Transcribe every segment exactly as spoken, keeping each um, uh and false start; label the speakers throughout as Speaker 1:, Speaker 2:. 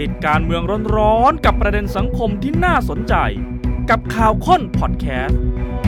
Speaker 1: ติดการเมืองร้อนๆกับประเด็นสังคมที่น่าสนใจกับข่าวค้นพอดแคสต์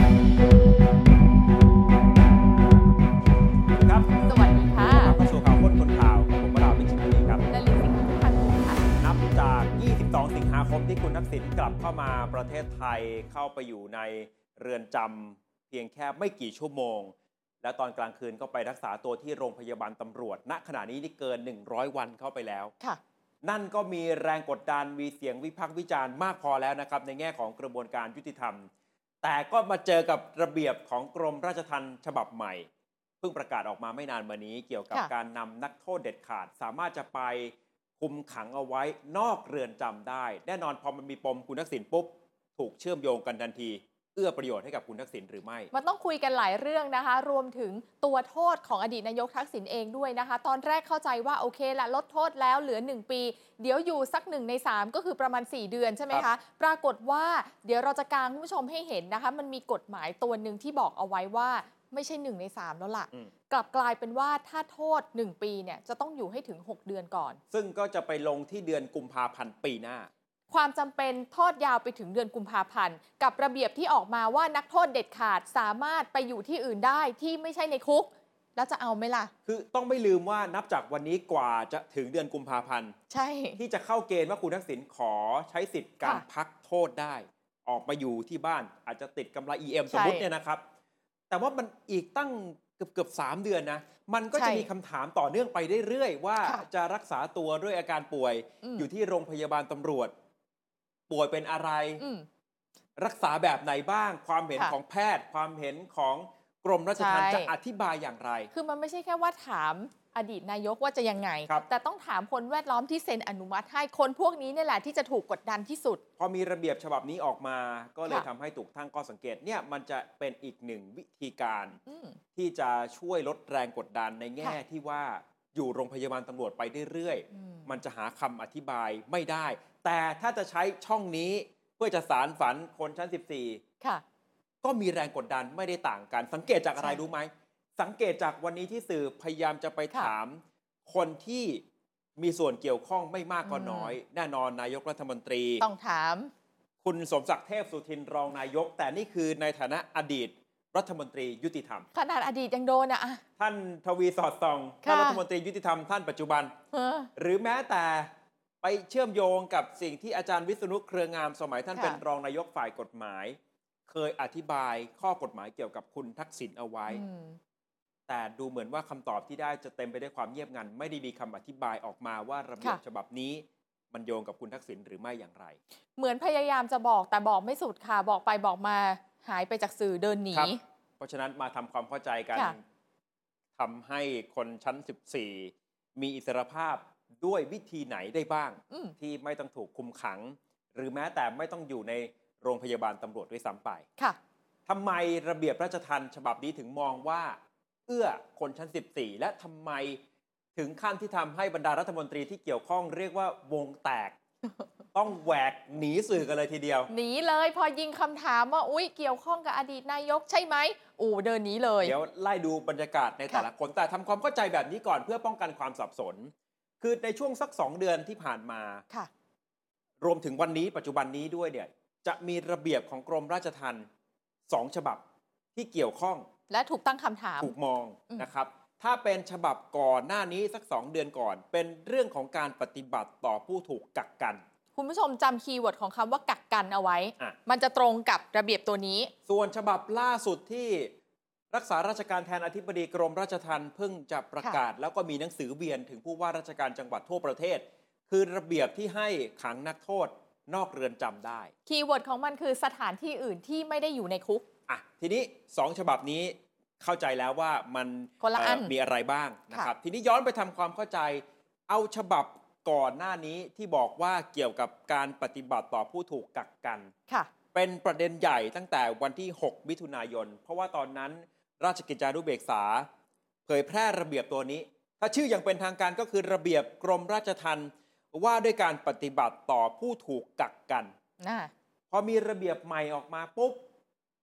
Speaker 2: ครับ
Speaker 3: สวัสดีค่ะ
Speaker 2: เข้าสู่ข่าวค้นคนข่าวผมวราวิชิตดีครับ
Speaker 3: และลินสิงห์ทุกท่านค่ะ
Speaker 2: นับจากยี่สิบสองสิงหาคมที่คุณทักษิณกลับเข้ามาประเทศไทยเข้าไปอยู่ในเรือนจำเพียงแค่ไม่กี่ชั่วโมงและตอนกลางคืนก็ไปรักษาตัวที่โรงพยาบาลตำรวจณขณะนี้นี่เกินหนึ่งร้อยวันเข้าไปแล้ว
Speaker 3: ค่ะ
Speaker 2: นั่นก็มีแรงกดดันมีเสียงวิพากษ์วิจารณ์มากพอแล้วนะครับในแง่ของกระบวนการยุติธรรมแต่ก็มาเจอกับระเบียบของกรมราชทัณฑ์ฉบับใหม่เพิ่งประกาศออกมาไม่นานมานี้เกี่ยวกับการนำนักโทษเด็ดขาดสามารถจะไปคุมขังเอาไว้นอกเรือนจำได้แน่นอนพอมันมีปมคุณทักษิณปุ๊บถูกเชื่อมโยงกันทันทีเอื้อประโยชน์ให้กับคุณทักษิณหรือไม่
Speaker 3: มันต้องคุยกันหลายเรื่องนะคะรวมถึงตัวโทษของอดีตนายกทักษิณเองด้วยนะคะตอนแรกเข้าใจว่าโอเคละลดโทษแล้วเหลือหนึ่งปีเดี๋ยวอยู่สักหนึ่งในสามก็คือประมาณสี่เดือนใช่ไหมคะปรากฏว่าเดี๋ยวเราจะกางคุณผู้ชมให้เห็นนะคะมันมีกฎหมายตัวหนึ่งที่บอกเอาไว้ว่าไม่ใช่หนึ่งในสามแล้วล่ะกลับกลายเป็นว่าถ้าโทษหนึ่งปีเนี่ยจะต้องอยู่ให้ถึงหกเดือนก่อน
Speaker 2: ซึ่งก็จะไปลงที่เดือนกุมภาพันธ์ปีหน้า
Speaker 3: ความจำเป็นโทษยาวไปถึงเดือนกุมภาพันธ์กับระเบียบที่ออกมาว่านักโทษเด็ดขาดสามารถไปอยู่ที่อื่นได้ที่ไม่ใช่ในคุกแล้วจะเอาไหมล่ะ
Speaker 2: คือต้องไม่ลืมว่านับจากวันนี้กว่าจะถึงเดือนกุมภาพันธ์
Speaker 3: ใช่
Speaker 2: ที่จะเข้าเกณฑ์ว่าคุณทักษิณขอใช้สิทธิ์การพักโทษได้ออกมาอยู่ที่บ้านอาจจะติดกำไร อี เอ็ม สมมติเนี่ยนะครับแต่ว่ามันอีกตั้งเกือบเกือบสามเดือนนะมันก็จะมีคำถามต่อเนื่องไปเรื่อยๆว่าจะรักษาตัวด้วยอาการป่วยอยู่ที่โรงพยาบาลตำรวจป่วยเป็นอะไรรักษาแบบไหนบ้างความเห็นของแพทย์ความเห็นของกรมราชทัณฑ์จะอธิบายอย่างไร
Speaker 3: คือมันไม่ใช่แค่ว่าถามอดีตนายกว่าจะยังไงแต่ต้องถามคนแวดล้อมที่เซ็นอนุมัติให้คนพวกนี้นี่แหละที่จะถูกกดดันที่สุด
Speaker 2: พอมีระเบียบฉบับนี้ออกมาก็เลยทำให้ถูกตั้งข้อสังเกตเนี่ยมันจะเป็นอีกหนึ่งวิธีการที่จะช่วยลดแรงกดดันในแง่ที่ว่าอยู่โรงพยาบาลตำรวจไปเรื่อยๆมันจะหาคำอธิบายไม่ได้แต่ถ้าจะใช้ช่องนี้เพื่อจะสารฝันคนชั้นสิบสี่
Speaker 3: ค่ะ
Speaker 2: ก็มีแรงกดดันไม่ได้ต่างกันสังเกตจากอะไรรู้ไหมสังเกตจากวันนี้ที่สื่อพยายามจะไปถามคนที่มีส่วนเกี่ยวข้องไม่มากก็น้อยแน่นอนนายกรัฐมนตรี
Speaker 3: ต้องถาม
Speaker 2: คุณสมศักดิ์เทพสุทินรองนายกแต่นี่คือในฐานะอดีตรัฐมนตรียุติธรรม
Speaker 3: ขนาดอดีตยังโดนอ่ะ
Speaker 2: ท่านทวีสอดส่องท่านรัฐมนตรียุติธรรมท่านปัจจุบันหรือแม้แต่ไปเชื่อมโยงกับสิ่งที่อาจารย์วิษณุเครืองามสมัยท่านเป็นรองนายกฝ่ายกฎหมายเคยอธิบายข้อกฎหมายเกี่ยวกับคุณทักษิณเอาไว้แต่ดูเหมือนว่าคำตอบที่ได้จะเต็มไปด้วยความเงียบงันไม่ได้มีคำอธิบายออกมาว่าระเบียบฉบับนี้มันโยงกับคุณทักษิณหรือไม่อย่างไร
Speaker 3: เหมือนพยายามจะบอกแต่บอกไม่สุดค่ะบอกไปบอกมาหายไปจากสื่อเดินหนี
Speaker 2: เพราะฉะนั้นมาทำความเข้าใจกันทำให้คนชั้นสิบสี่มีอิสรภาพด้วยวิธีไหนได้บ้างที่ไม่ต้องถูกคุมขังหรือแม้แต่ไม่ต้องอยู่ในโรงพยาบาลตำรวจด้วยซ้ำไปทำไมระเบียบราชทัณฑ์ฉบับนี้ถึงมองว่าเอื้อคนชั้นสิบสี่และทำไมถึงขั้นที่ทำให้บรรดารัฐมนตรีที่เกี่ยวข้องเรียกว่าวงแตก ต้องแหวกหนีสื่อกันเลยทีเดียว
Speaker 3: หนีเลยพอยิงคำถามว่าอุ๊ยเกี่ยวข้องกับอดีตนายกใช่ไหมอู๋เดินหนีเลย
Speaker 2: เดี๋ยวไล่ดูบรรยากาศในแต่ละคนแต่ทำความเข้าใจแบบนี้ก่อนเพื่อป้องกันความสับสนคือในช่วงสักสองเดือนที่ผ่านมารวมถึงวันนี้ปัจจุบันนี้ด้วยเนี่ยจะมีระเบียบของกรมราชทัณฑ์สองฉบับที่เกี่ยวข้อง
Speaker 3: และถูกตั้งคำถาม
Speaker 2: ถูกมองนะครับถ้าเป็นฉบับก่อนหน้านี้สักสองเดือนก่อนเป็นเรื่องของการปฏิบัติต่อผู้ถูกกักกัน
Speaker 3: คุณผู้ชมจำคีย์เวิร์ดของคำว่ากักกันเอาไว้มันจะตรงกับระเบียบตัวนี้
Speaker 2: ส่วนฉบับล่าสุดที่รักษาราชการแทนอธิบดีกรมราชทัณฑ์เพิ่งจะประกาศแล้วก็มีหนังสือเวียนถึงผู้ว่าราชการจังหวัดทั่วประเทศคือระเบียบที่ให้ขังนักโทษนอกเรือนจำได้
Speaker 3: คีย์เวิร์ดของมันคือสถานที่อื่นที่ไม่ได้อยู่ในคุก
Speaker 2: อ่ะทีนี้สองฉบับนี้เข้าใจแล้วว่ามันมีอะไรบ้างนะครับทีนี้ย้อนไปทำความเข้าใจเอาฉบับก่อนหน้านี้ที่บอกว่าเกี่ยวกับการปฏิบัติต่อผู้ถูกกักกันเป็นประเด็นใหญ่ตั้งแต่วันที่หกมิถุนายนเพราะว่าตอนนั้นราชกิจจานุเบกษาเผยแพร่ระเบียบตัวนี้ถ้าชื่ออย่างเป็นทางการก็คือระเบียบกรมราชทัณฑ์ว่าด้วยการปฏิบัติต่อผู้ถูกกักกันพอมีระเบียบใหม่ออกมาปุ๊บ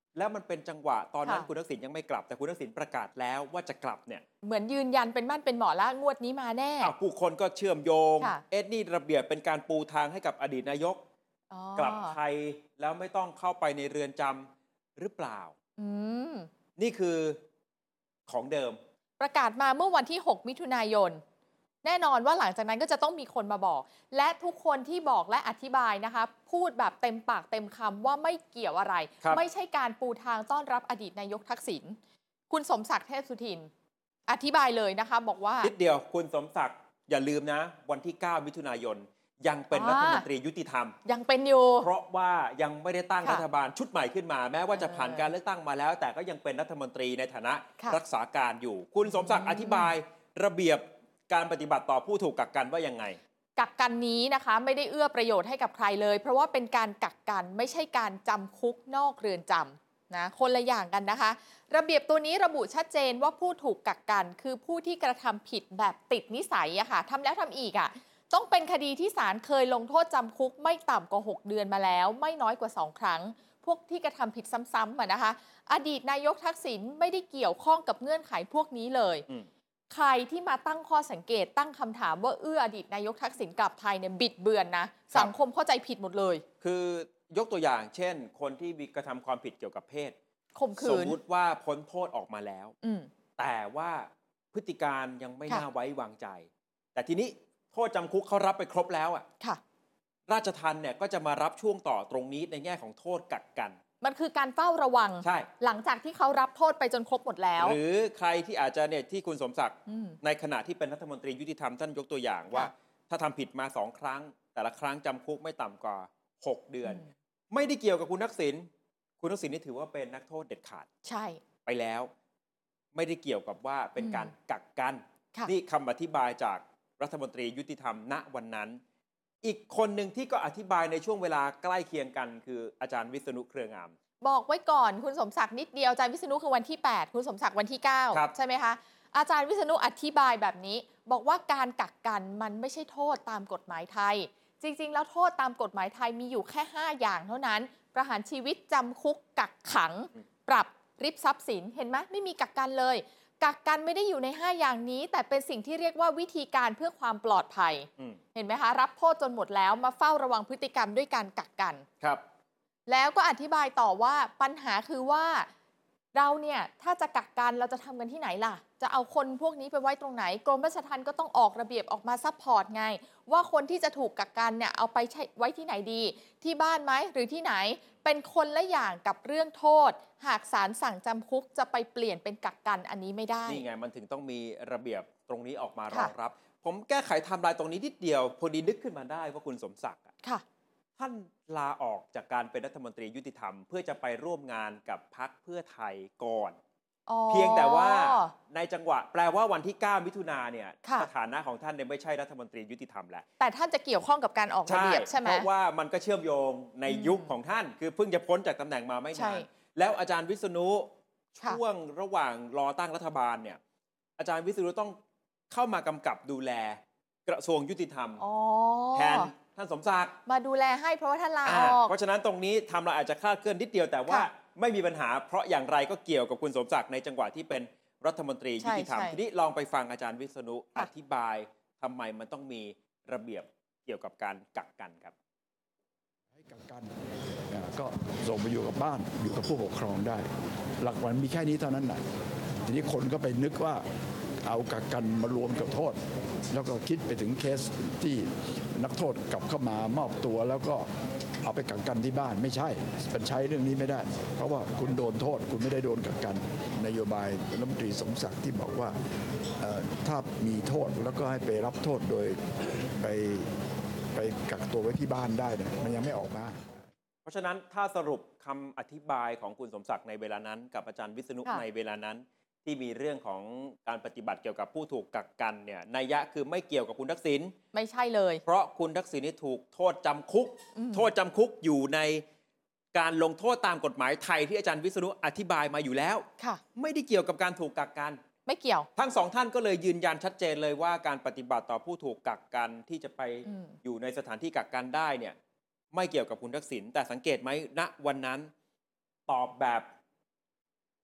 Speaker 2: แล้วมันเป็นจังหวะตอนนั้น
Speaker 3: ค่ะ
Speaker 2: คุณทักษิณยังไม่กลับแต่คุณทักษิณประกาศแล้วว่าจะกลับเนี่ย
Speaker 3: เหมือนยืนยันเป็นมั่นเป็นเหมาะแล้วงวดนี้มาแน่
Speaker 2: อ้าวผู้คนก็เชื่อมโยง
Speaker 3: ค่ะ
Speaker 2: เอ็ดนี่ระเบียบเป็นการปูทางให้กับอดีตนายก
Speaker 3: อ๋อก
Speaker 2: ลับไทยแล้วไม่ต้องเข้าไปในเรือนจำหรือเปล่า
Speaker 3: อืม
Speaker 2: นี่คือของเดิม
Speaker 3: ประกาศมาเมื่อวันที่ หก มิถุนายน แน่นอนว่าหลังจากนั้นก็จะต้องมีคนมาบอก และทุกคนที่บอกและอธิบายนะคะ พูดแบบเต็มปากเต็มคำว่าไม่เกี่ยวอะไร
Speaker 2: ครับ
Speaker 3: ไม่ใช่การปูทางต้อนรับอดีตนายกทักษิณคุณสมศักดิ์เทพสุทิน อธิบายเลยนะคะ บอกว่า
Speaker 2: นิดเดียวคุณสมศักดิ์อย่าลืมนะ วันที่ เก้า มิถุนายน ยังเป็น
Speaker 3: อ่า
Speaker 2: รัฐมนตรียุติธรรม
Speaker 3: ยังเป็นอยู่
Speaker 2: เพราะว่ายังไม่ได้ตั้ง
Speaker 3: ค่ะ
Speaker 2: รัฐบาลชุดใหม่ขึ้นมา แม้ว่าจะ
Speaker 3: เออ
Speaker 2: ผ่านการเลือกตั้งมาแล้ว แต่ก็ยังเป็นรัฐมนตรีในฐานะ
Speaker 3: ค่ะ
Speaker 2: รักษาการอยู่ คุณสมศักดิ์อธิบายระเบียบการปฏิบัติต่อผู้ถูกกักกันว่ายังไง
Speaker 3: กักกันนี้นะคะไม่ได้เอื้อประโยชน์ให้กับใครเลย เพราะว่าเป็นการกักกันไม่ใช่การจำคุกนอกเรือนจำนะคนละอย่างกันนะคะ ระเบียบตัวนี้ระบุชัดเจนว่าผู้ถูกกักกัน คือผู้ที่กระทำผิดแบบติดนิสัยอะค่ะทำแล้วทำอีกอะต้องเป็นคดีที่ศาลเคยลงโทษจำคุกไม่ต่ำกว่าหกเดือนมาแล้ว ไม่น้อยกว่าสองครั้ง พวกที่กระทำผิดซ้ำๆอะนะคะ อดีตนายกทักษิณไม่ได้เกี่ยวข้องกับเงื่อนไขพวกนี้เลย
Speaker 2: อืม
Speaker 3: ใครที่มาตั้งข้อสังเกตตั้งคำถามว่าเอื้ออดีตนายกทักษิณกลับไทยเนี่ยบิดเบือนนะ สังคมเข้าใจผิดหมดเลย
Speaker 2: คือยกตัวอย่างเช่น คนที่มีกระทำความผิดเกี่ยวกับเพศ
Speaker 3: ข่ม
Speaker 2: ส
Speaker 3: ขื
Speaker 2: ม
Speaker 3: น
Speaker 2: มุติว่าพ้นโทษออกมาแล้ว
Speaker 3: อืม
Speaker 2: แต่ว่าพฤติการยังไม่
Speaker 3: ค่ะ
Speaker 2: น่าไว้วางใจ แต่ทีนี้โทษจำคุกเขารับไปครบแล้วอ่ะ
Speaker 3: ค่ะ
Speaker 2: ราชทัณฑ์เนี่ยก็จะมารับช่วงต่อตรงนี้ในแง่ของโทษกักกัน
Speaker 3: มันคือการเฝ้าระวัง
Speaker 2: ใช่
Speaker 3: หลังจากที่เขารับโทษไปจนครบหมดแล้ว
Speaker 2: หรือใครที่อาจจะเนี่ยที่คุณสมศักดิ์
Speaker 3: อืม
Speaker 2: ในขณะที่เป็นรัฐมนตรียุติธรรมท่านยกตัวอย่างว่า
Speaker 3: ค่ะ
Speaker 2: ถ้าทำผิดมาสองครั้ง แต่ละครั้งจำคุกไม่ต่ำกว่าหกเดือน
Speaker 3: อืม
Speaker 2: ไม่ได้เกี่ยวกับคุณทักษิณคุณทักษิณนี่ถือว่าเป็นนักโทษเด็ดขาด
Speaker 3: ใช่
Speaker 2: ไปแล้ว ไม่ได้เกี่ยวกับว่าเป็นการกักกัน
Speaker 3: ค่ะ
Speaker 2: นี่คำอธิบายจากรัฐมนตรียุติธรรมณวันนั้น อีกคนหนึ่งที่ก็อธิบายในช่วงเวลาใกล้เคียงกัน คืออาจารย์วิษณุเครืองาม
Speaker 3: บอกไว้ก่อนคุณสมศักดิ์นิดเดียวอาจารย์วิษณุคือวันที่ แปด คุณสมศักดิ์วันที่ เก้า
Speaker 2: ครับ
Speaker 3: ใช่ไหมคะ อาจารย์วิษณุอธิบายแบบนี้ บอกว่าการกักกันมันไม่ใช่โทษตามกฎหมายไทย จริง ๆ แล้วโทษตามกฎหมายไทยมีอยู่แค่ ห้า อย่างเท่านั้น ประหารชีวิตจำคุกกักขัง ปรับริบทรัพย์สินเห็นไหมไม่มีกักกันเลย กักกันไม่ได้อยู่ใน ห้า อย่างนี้ แต่เป็นสิ่งที่เรียกว่าวิธีการเพื่อความปลอดภัย
Speaker 2: อืม
Speaker 3: เห็นไหมคะ รับโทษจนหมดแล้วมาเฝ้าระวังพฤติกรรมด้วยการกักกัน
Speaker 2: ครับ
Speaker 3: แล้วก็อธิบายต่อว่าปัญหาคือว่าเราเนี่ยถ้าจะกักกันเราจะทำกันที่ไหนล่ะ จะเอาคนพวกนี้ไปไว้ตรงไหน กรมราชทัณฑ์ก็ต้องออกระเบียบออกมาซัพพอร์ตไง ว่าคนที่จะถูกกักกันเนี่ยเอาไปใช้ไว้ที่ไหนดี ที่บ้านไหมหรือที่ไหน เป็นคนละอย่างกับเรื่องโทษ หากศาลสั่งจำคุกจะไปเปลี่ยนเป็นกักกันอันนี้ไม่ได้
Speaker 2: นี่ไงมันถึงต้องมีระเบียบตรงนี้ออกมาร
Speaker 3: ค่ะ
Speaker 2: องรับ ผมแก้ไขไทม์ไลน์ตรงนี้นิดเดียวพอดีนึกขึ้นมาได้ว่าคุณสมศักดิ์อะ
Speaker 3: ค่ะ
Speaker 2: ท่านลาออกจากการเป็นรัฐมนตรียุติธรรม เพื่อจะไปร่วมงานกับพรรคเพื่อไทยก่อน
Speaker 3: อ๋อ
Speaker 2: เพียงแต่ว่าในจังหวะแปลว่าวันที่ เก้า มิถุนาเนี่ย
Speaker 3: ค่ะ
Speaker 2: สถานะของท่านเนี่ยไม่ใช่รัฐมนตรียุติธรรมแล้ว
Speaker 3: แต่ท่านจะเกี่ยวข้องกับการออกระเบียบใช่ไหม
Speaker 2: เพราะว่ามันก็เชื่อมโยงใน
Speaker 3: อืม
Speaker 2: ยุคของท่าน คือเพิ่งจะพ้นจากตำแหน่งมาไม่
Speaker 3: ใช่
Speaker 2: นาน แล้วอาจารย์วิษณุ
Speaker 3: ค่ะ
Speaker 2: ช่วงระหว่างรอตั้งรัฐบาลเนี่ยอาจารย์วิษณุต้องเข้ามากำกับดูแลกระทรวงยุติธรรม
Speaker 3: อ๋อ
Speaker 2: แทนท่านสมศักดิ์
Speaker 3: มาดูแลให้เพราะว่าท่านลาอ
Speaker 2: อ่า
Speaker 3: อก
Speaker 2: เพราะฉะนั้นตรงนี้ทำเราอาจจะคลาดเคลื่อนนิดเดียวแต่ว่า
Speaker 3: ค่ะ
Speaker 2: ไม่มีปัญหา เพราะอย่างไรก็เกี่ยวกับคุณสมศักดิ์ในจังหวะที่เป็นรัฐมนตรียุติธรรม
Speaker 3: ใช่ใช่
Speaker 2: ทีนี้ลองไปฟังอาจารย์วิษณุอ
Speaker 3: ค่ะ
Speaker 2: ธิบายทำไมมันต้องมีระเบียบเกี่ยวกับการกักกันครับ
Speaker 4: ให้กักกันอ่าก็ส่งไปอยู่กับบ้านอยู่กับผู้ปกครองได้ หลักมันมีแค่นี้เท่านั้นแหละทีนี้คนก็ไปนึกว่าเอากักกันมารวมกับโทษ แล้วก็คิดไปถึงเคสที่นักโทษกลับเข้ามามอบตัวแล้วก็เอาไปกักกันที่บ้านไม่ใช่เป็นใช้เรื่องนี้ไม่ได้ เพราะว่าคุณโดนโทษคุณไม่ได้โดนกักกันนโยบายรัฐมนตรีสมศักดิ์ที่บอกว่าเอ่อถ้ามีโทษแล้วก็ให้ไปรับโทษโดยไปไปกักตัวไว้ที่บ้านได้เนี่ยมันยังไม่ออกมา
Speaker 2: เพราะฉะนั้นถ้าสรุปคำอธิบายของคุณสมศักดิ์ในเวลานั้น กับอาจารย์วิษณุ
Speaker 3: ค่ะ
Speaker 2: ในเวลานั้น ที่มีเรื่องของการปฏิบัติเกี่ยวกับผู้ถูกกักกันเนี่ยนัยยะคือไม่เกี่ยวกับคุณทักษิณ
Speaker 3: ไม่ใช่เลย
Speaker 2: เพราะคุณทักษิณนี่ถูกโทษจำคุก
Speaker 3: อืม
Speaker 2: โทษจำคุกอยู่ในการลงโทษตามกฎหมายไทยที่อาจารย์วิษณุอธิบายมาอยู่แล้ว
Speaker 3: ค่ะ
Speaker 2: ไม่ได้เกี่ยวกับการถูกกักกัน
Speaker 3: ไม่เกี่ยว
Speaker 2: ทั้งสองท่านก็เลยยืนยันชัดเจนเลยว่าการปฏิบัติต่อผู้ถูกกักกันที่จะไป
Speaker 3: อืม
Speaker 2: อยู่ในสถานที่กักกันได้เนี่ยไม่เกี่ยวกับคุณทักษิณแต่สังเกตไหมณวันนั้นตอบแบบ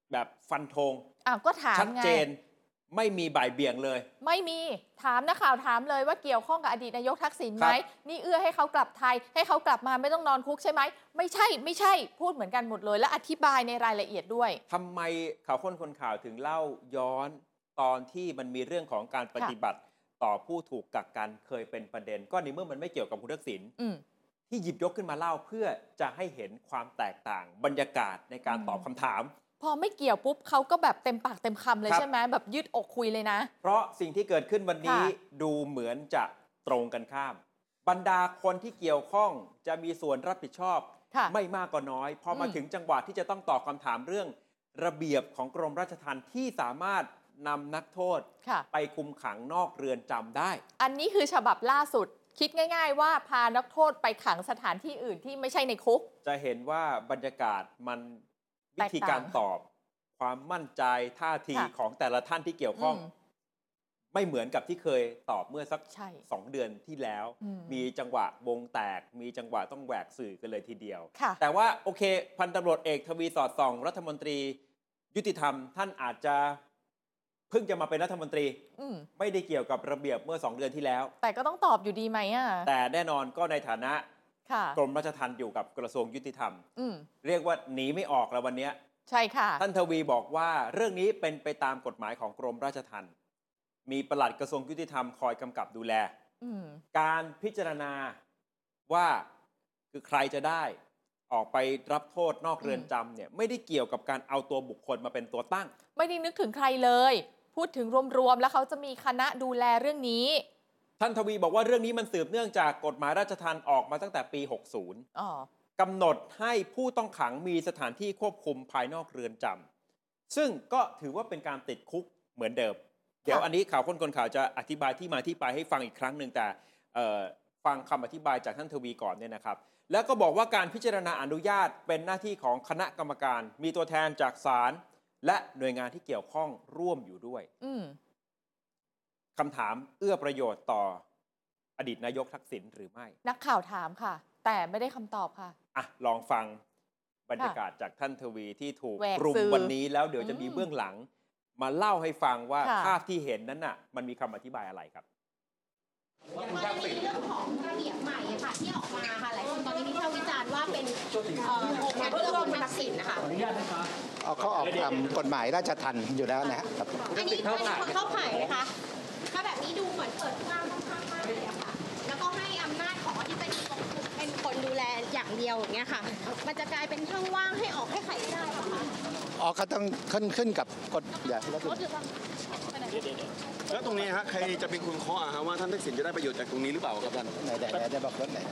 Speaker 2: แบบฟันธง
Speaker 3: อ้าวก็ถาม
Speaker 2: ชัด
Speaker 3: ไง
Speaker 2: เจนไม่มีบ่ายเบี่ยงเลย
Speaker 3: ไม่มีถามนักข่าวถามเลยว่าเกี่ยวข้องกับอดีตนายกทักษิณไหม
Speaker 2: ครับ
Speaker 3: นี่เอื้อให้เขากลับไทย ให้เขากลับมาไม่ต้องนอนคุกใช่ไหมไม่ใช่ไม่ใช่พูดเหมือนกันหมดเลย และอธิบายในรายละเอียดด้วย
Speaker 2: ทำไมข่าวค้นคนข่าวถึงเล่าย้อนตอนที่มันมีเรื่องของการปฏิบัติต่อผู้ถูกกักกันเคยเป็นประเด็น ก็ในเมื่อมันไม่เกี่ยวกับคุณทักษิณ
Speaker 3: อืม
Speaker 2: ที่หยิบยกขึ้นมาเล่าเพื่อจะให้เห็นความแตกต่างบรรยากาศในการตอบคำถาม
Speaker 3: พอไม่เกี่ยวปุ๊บเขาก็แบบเต็มปากเต็มคำเลย
Speaker 2: ครับ
Speaker 3: ใช่ไหมแบบยืดอกคุยเลยนะ
Speaker 2: เพราะสิ่งที่เกิดขึ้นวันนี้
Speaker 3: ค่ะ
Speaker 2: ดูเหมือนจะตรงกันข้าม บรรดาคนที่เกี่ยวข้องจะมีส่วนรับผิดชอบ
Speaker 3: ค่ะ
Speaker 2: ไม่มากก็น้อยพอมา
Speaker 3: อืม
Speaker 2: ถึงจังหวะที่จะต้องตอบคำถามเรื่องระเบียบของกรมราชทัณฑ์ที่สามารถนำนักโทษ
Speaker 3: ค่ะ
Speaker 2: ไปคุมขังนอกเรือนจำได้
Speaker 3: อันนี้คือฉบับล่าสุด คิดง่าย ๆ ว่าพานักโทษไปขังสถานที่อื่นที่ไม่ใช่ในคุก
Speaker 2: จะเห็นว่าบรรยากาศมันวิธี
Speaker 3: แตกต่าง
Speaker 2: การตอบ ความมั่นใจท่าที
Speaker 3: ค่ะ
Speaker 2: ของแต่ละท่านที่เกี่ยวข้อง
Speaker 3: อืม
Speaker 2: ไม่เหมือนกับที่เคยตอบเมื่อสัก
Speaker 3: ใช่
Speaker 2: สองเดือนที่แล้ว
Speaker 3: อืม
Speaker 2: มีจังหวะวงแตก มีจังหวะต้องแหวกสื่อกันเลยทีเดียว
Speaker 3: ค่ะ
Speaker 2: แต่ว่าโอเค พันตำรวจเอกทวีสอดส่อง รัฐมนตรียุติธรรม ท่านอาจจะเพิ่งจะมาเป็นรัฐมนตรี
Speaker 3: อืม
Speaker 2: ไม่ได้เกี่ยวกับระเบียบเมื่อสองเดือนที่แล้ว
Speaker 3: แต่ก็ต้องตอบอยู่ดีไหมอ่ะ
Speaker 2: แต่แน่นอนก็ในฐานะ
Speaker 3: ค่ะ
Speaker 2: กรมราชทัณฑ์อยู่กับกระทรวงยุติธรรม
Speaker 3: อืม
Speaker 2: เรียกว่าหนีไม่ออกแล้ววันเนี้ย
Speaker 3: ใช่ค่ะ
Speaker 2: ท่านทวีบอกว่าเรื่องนี้เป็นไปตามกฎหมายของกรมราชทัณฑ์มีปลัดกระทรวงยุติธรรมคอยกำกับดูแล
Speaker 3: อืม
Speaker 2: การพิจารณาว่าคือใครจะได้ออกไปรับโทษนอกเรือนจำเนี่ยไม่ได้เกี่ยวกับการเอาตัวบุคคลมาเป็นตัวตั้ง
Speaker 3: ไม่ได้นึกถึงใครเลย พูดถึงรวมๆแล้วเขาจะมีคณะดูแลเรื่องนี้
Speaker 2: ท่านทวีบอกว่าเรื่องนี้มันสืบเนื่องจากกฎหมายราชทัณฑ์ออกมาตั้งแต่ปี หกสิบ
Speaker 3: อ๋อ
Speaker 2: กำหนดให้ผู้ต้องขังมีสถานที่ควบคุมภายนอกเรือนจำซึ่งก็ถือว่าเป็นการติดคุกเหมือนเดิม เดี๋ยวอันนี้ข่าวค้นคนข่าวจะอธิบายที่มาที่ไปให้ฟังอีกครั้งหนึ่งแต่ฟังคำอธิบายจากท่านทวีก่อนเนี่ยนะครับ แล้วก็บอกว่าการพิจารณาอนุญาตเป็นหน้าที่ของคณะกรรมการ มีตัวแทนจากศาลและหน่วยงานที่เกี่ยวข้องร่วมอยู่ด้วย
Speaker 3: อืม
Speaker 2: คำถามเอื้อประโยชน์ต่ออดีตนายกทักษิณหรือไม่
Speaker 3: นักข่าวถามค่ะ แต่ไม่ได้คำตอบค่ะ
Speaker 2: อ่ะลองฟังบรรยากาศจากท่านทวีที่ถูก
Speaker 3: แหวก
Speaker 2: รุม
Speaker 3: สื่อ
Speaker 2: วันนี้แล้วเดี๋ยวจะมี
Speaker 3: อืม
Speaker 2: เบื้องหลัง มาเล่าให้ฟังว่า
Speaker 3: ค่ะ
Speaker 2: ภาพที่เห็นนั้นน่ะมันมีคำอธิบายอะไรครับ
Speaker 5: อย่างกรณีเรื่องของระเบียบใหม่อะค่ะที่ออกมาค่ะหลายคนตอนนี้วิพากษ์วิจารณ์ว่าเป็นเอ่อการเอื้อคุณทักษิณนะคะ
Speaker 6: เอาเขาออกตามกฎหมายราชทัณฑ์อยู่แล้วนะครับ
Speaker 5: อันนี้อันนี้เข้าข่ายไหมคะถ้าแบบนี้ดูเหมือนเปิดกว้างค่อนข้างมากเลยอะค่ะแล้วก็ให้อำนาจของอธิบดีกรมคุมเป็นคนดูแลอย่างเดียวอย่างเงี้ยค่ะ มันจะกลายเป็นช่องว่างให้ออกให้ใครก็ได้เหรอคะ
Speaker 6: ออกเขาต้องขึ้นขึ้นกับกฎอย่างที่เรา
Speaker 5: รถหรือว่า
Speaker 7: แล้วตรงนี้ฮะใครจะเป็นคนเคาะอะฮะว่าท่านทักษิณจะได้ประโยชน์จากตรงนี้หรือเปล่าครับท่าน
Speaker 6: ไหนไหนไหนจะบอกรถไหน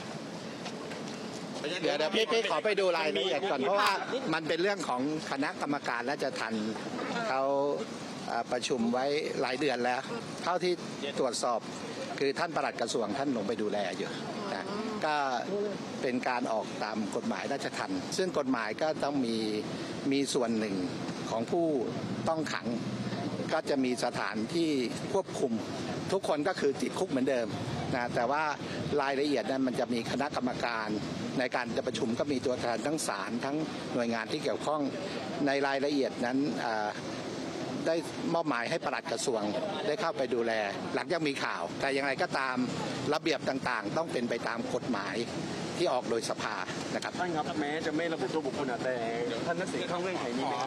Speaker 6: เดี๋ยวเดี๋ยวพี่พี่ขอไปดูรายละเอียดก่อนเพราะว่ามันเป็นเรื่องของคณะกรรมการราชทัณฑ์เขาเอ่อประชุมไว้หลายเดือนแล้ว เท่าที่ตรวจสอบคือท่านปลัดกระทรวงท่านลงไปดูแลอยู่นะก็เป็นการออกตามกฎหมายราชทัณฑ์ซึ่งกฎหมายก็ต้องมีมีส่วนหนึ่งของผู้ต้องขัง ก็จะมีสถานที่ควบคุมทุกคนก็คือติดคุกเหมือนเดิมนะแต่ว่ารายละเอียดนั้นมันจะมีคณะกรรมการในการจะประชุมก็มีตัวแทนทั้งศาลทั้งหน่วยงานที่เกี่ยวข้องในรายละเอียดนั้นอ่าได้มอบหมายให้ปลัดกระทรวงได้เข้าไปดูแล หลังจากมีข่าว แต่อย่างไรก็ตามระเบียบต่างๆ ต้องเป็นไปตามกฎหมายที่ออกโดยสภานะครับ
Speaker 7: ท่านครับแม้จะไม่ระบุตัวบุคคลอะแต่ท่านทักษิณเข้าเงื่อนไขนี้ไหมครับ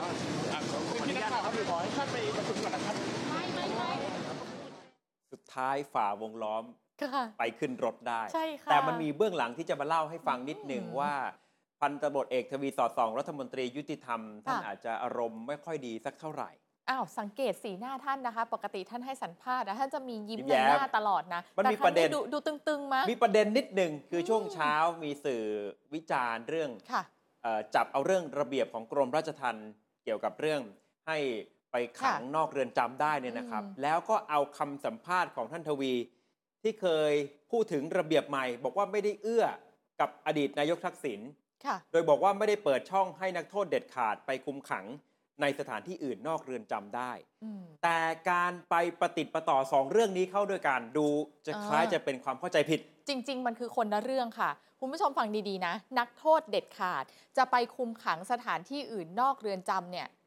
Speaker 2: สุดท้ายฝ่าวงล้อม
Speaker 3: ค่ะ
Speaker 2: ไปขึ้นรถได้
Speaker 3: ใช่ค่ะ
Speaker 2: แต่มันมีเบื้องหลังที่จะมาเล่าให้ฟังนิดหนึ่ง
Speaker 3: อืม
Speaker 2: ว่า พันตำรวจเอกทวีสอดส่อง รัฐมนตรียุติธรรม ท่าน
Speaker 3: ค่ะ
Speaker 2: อาจจะอารมณ์ไม่ค่อยดีสักเท่าไหร่
Speaker 3: อ้าวสังเกตสีหน้าท่านนะคะ ปกติท่านให้สัมภาษณ์นะท่านจะมียิ้ม
Speaker 2: ยิ้ม
Speaker 3: ใน
Speaker 2: แย้ม
Speaker 3: หน้าตลอดนะ
Speaker 2: มัน
Speaker 3: แต่
Speaker 2: มี
Speaker 3: ค
Speaker 2: ประเด็น
Speaker 3: ดูดูตึงๆมั้ย
Speaker 2: มีประเด็นนิดหนึ่งคือช่วงเช้ามีสื่อวิจารณ์เรื่อง
Speaker 3: ค่ะ
Speaker 2: เอ่อจับเอาเรื่องระเบียบของกรมราชทัณฑ์เกี่ยวกับเรื่องให้ไปขัง
Speaker 3: ค่ะ
Speaker 2: นอกเรือนจำได้เนี่ยนะครับ
Speaker 3: อืม
Speaker 2: แล้วก็เอาคำสัมภาษณ์ของท่านทวี ที่เคยพูดถึงระเบียบใหม่ บอกว่าไม่ได้เอื้อกับอดีตนายกทักษิณ
Speaker 3: ค่ะ
Speaker 2: โดยบอกว่าไม่ได้เปิดช่องให้นักโทษเด็ดขาดไปคุมขังในสถานที่อื่นนอกเรือนจำได้
Speaker 3: อืม
Speaker 2: แต่การไปประติดประต่อสองเรื่องนี้เข้าด้วยกันดูจะ
Speaker 3: อ่า
Speaker 2: คล้ายจะเป็นความเข้าใจผิด
Speaker 3: จริง ๆ มันคือคนละเรื่องค่ะ คุณผู้ชมฟังดีๆนะ นักโทษเด็ดขาด จะไปคุมขังสถานที่อื่นนอกเรือนจำเนี่ย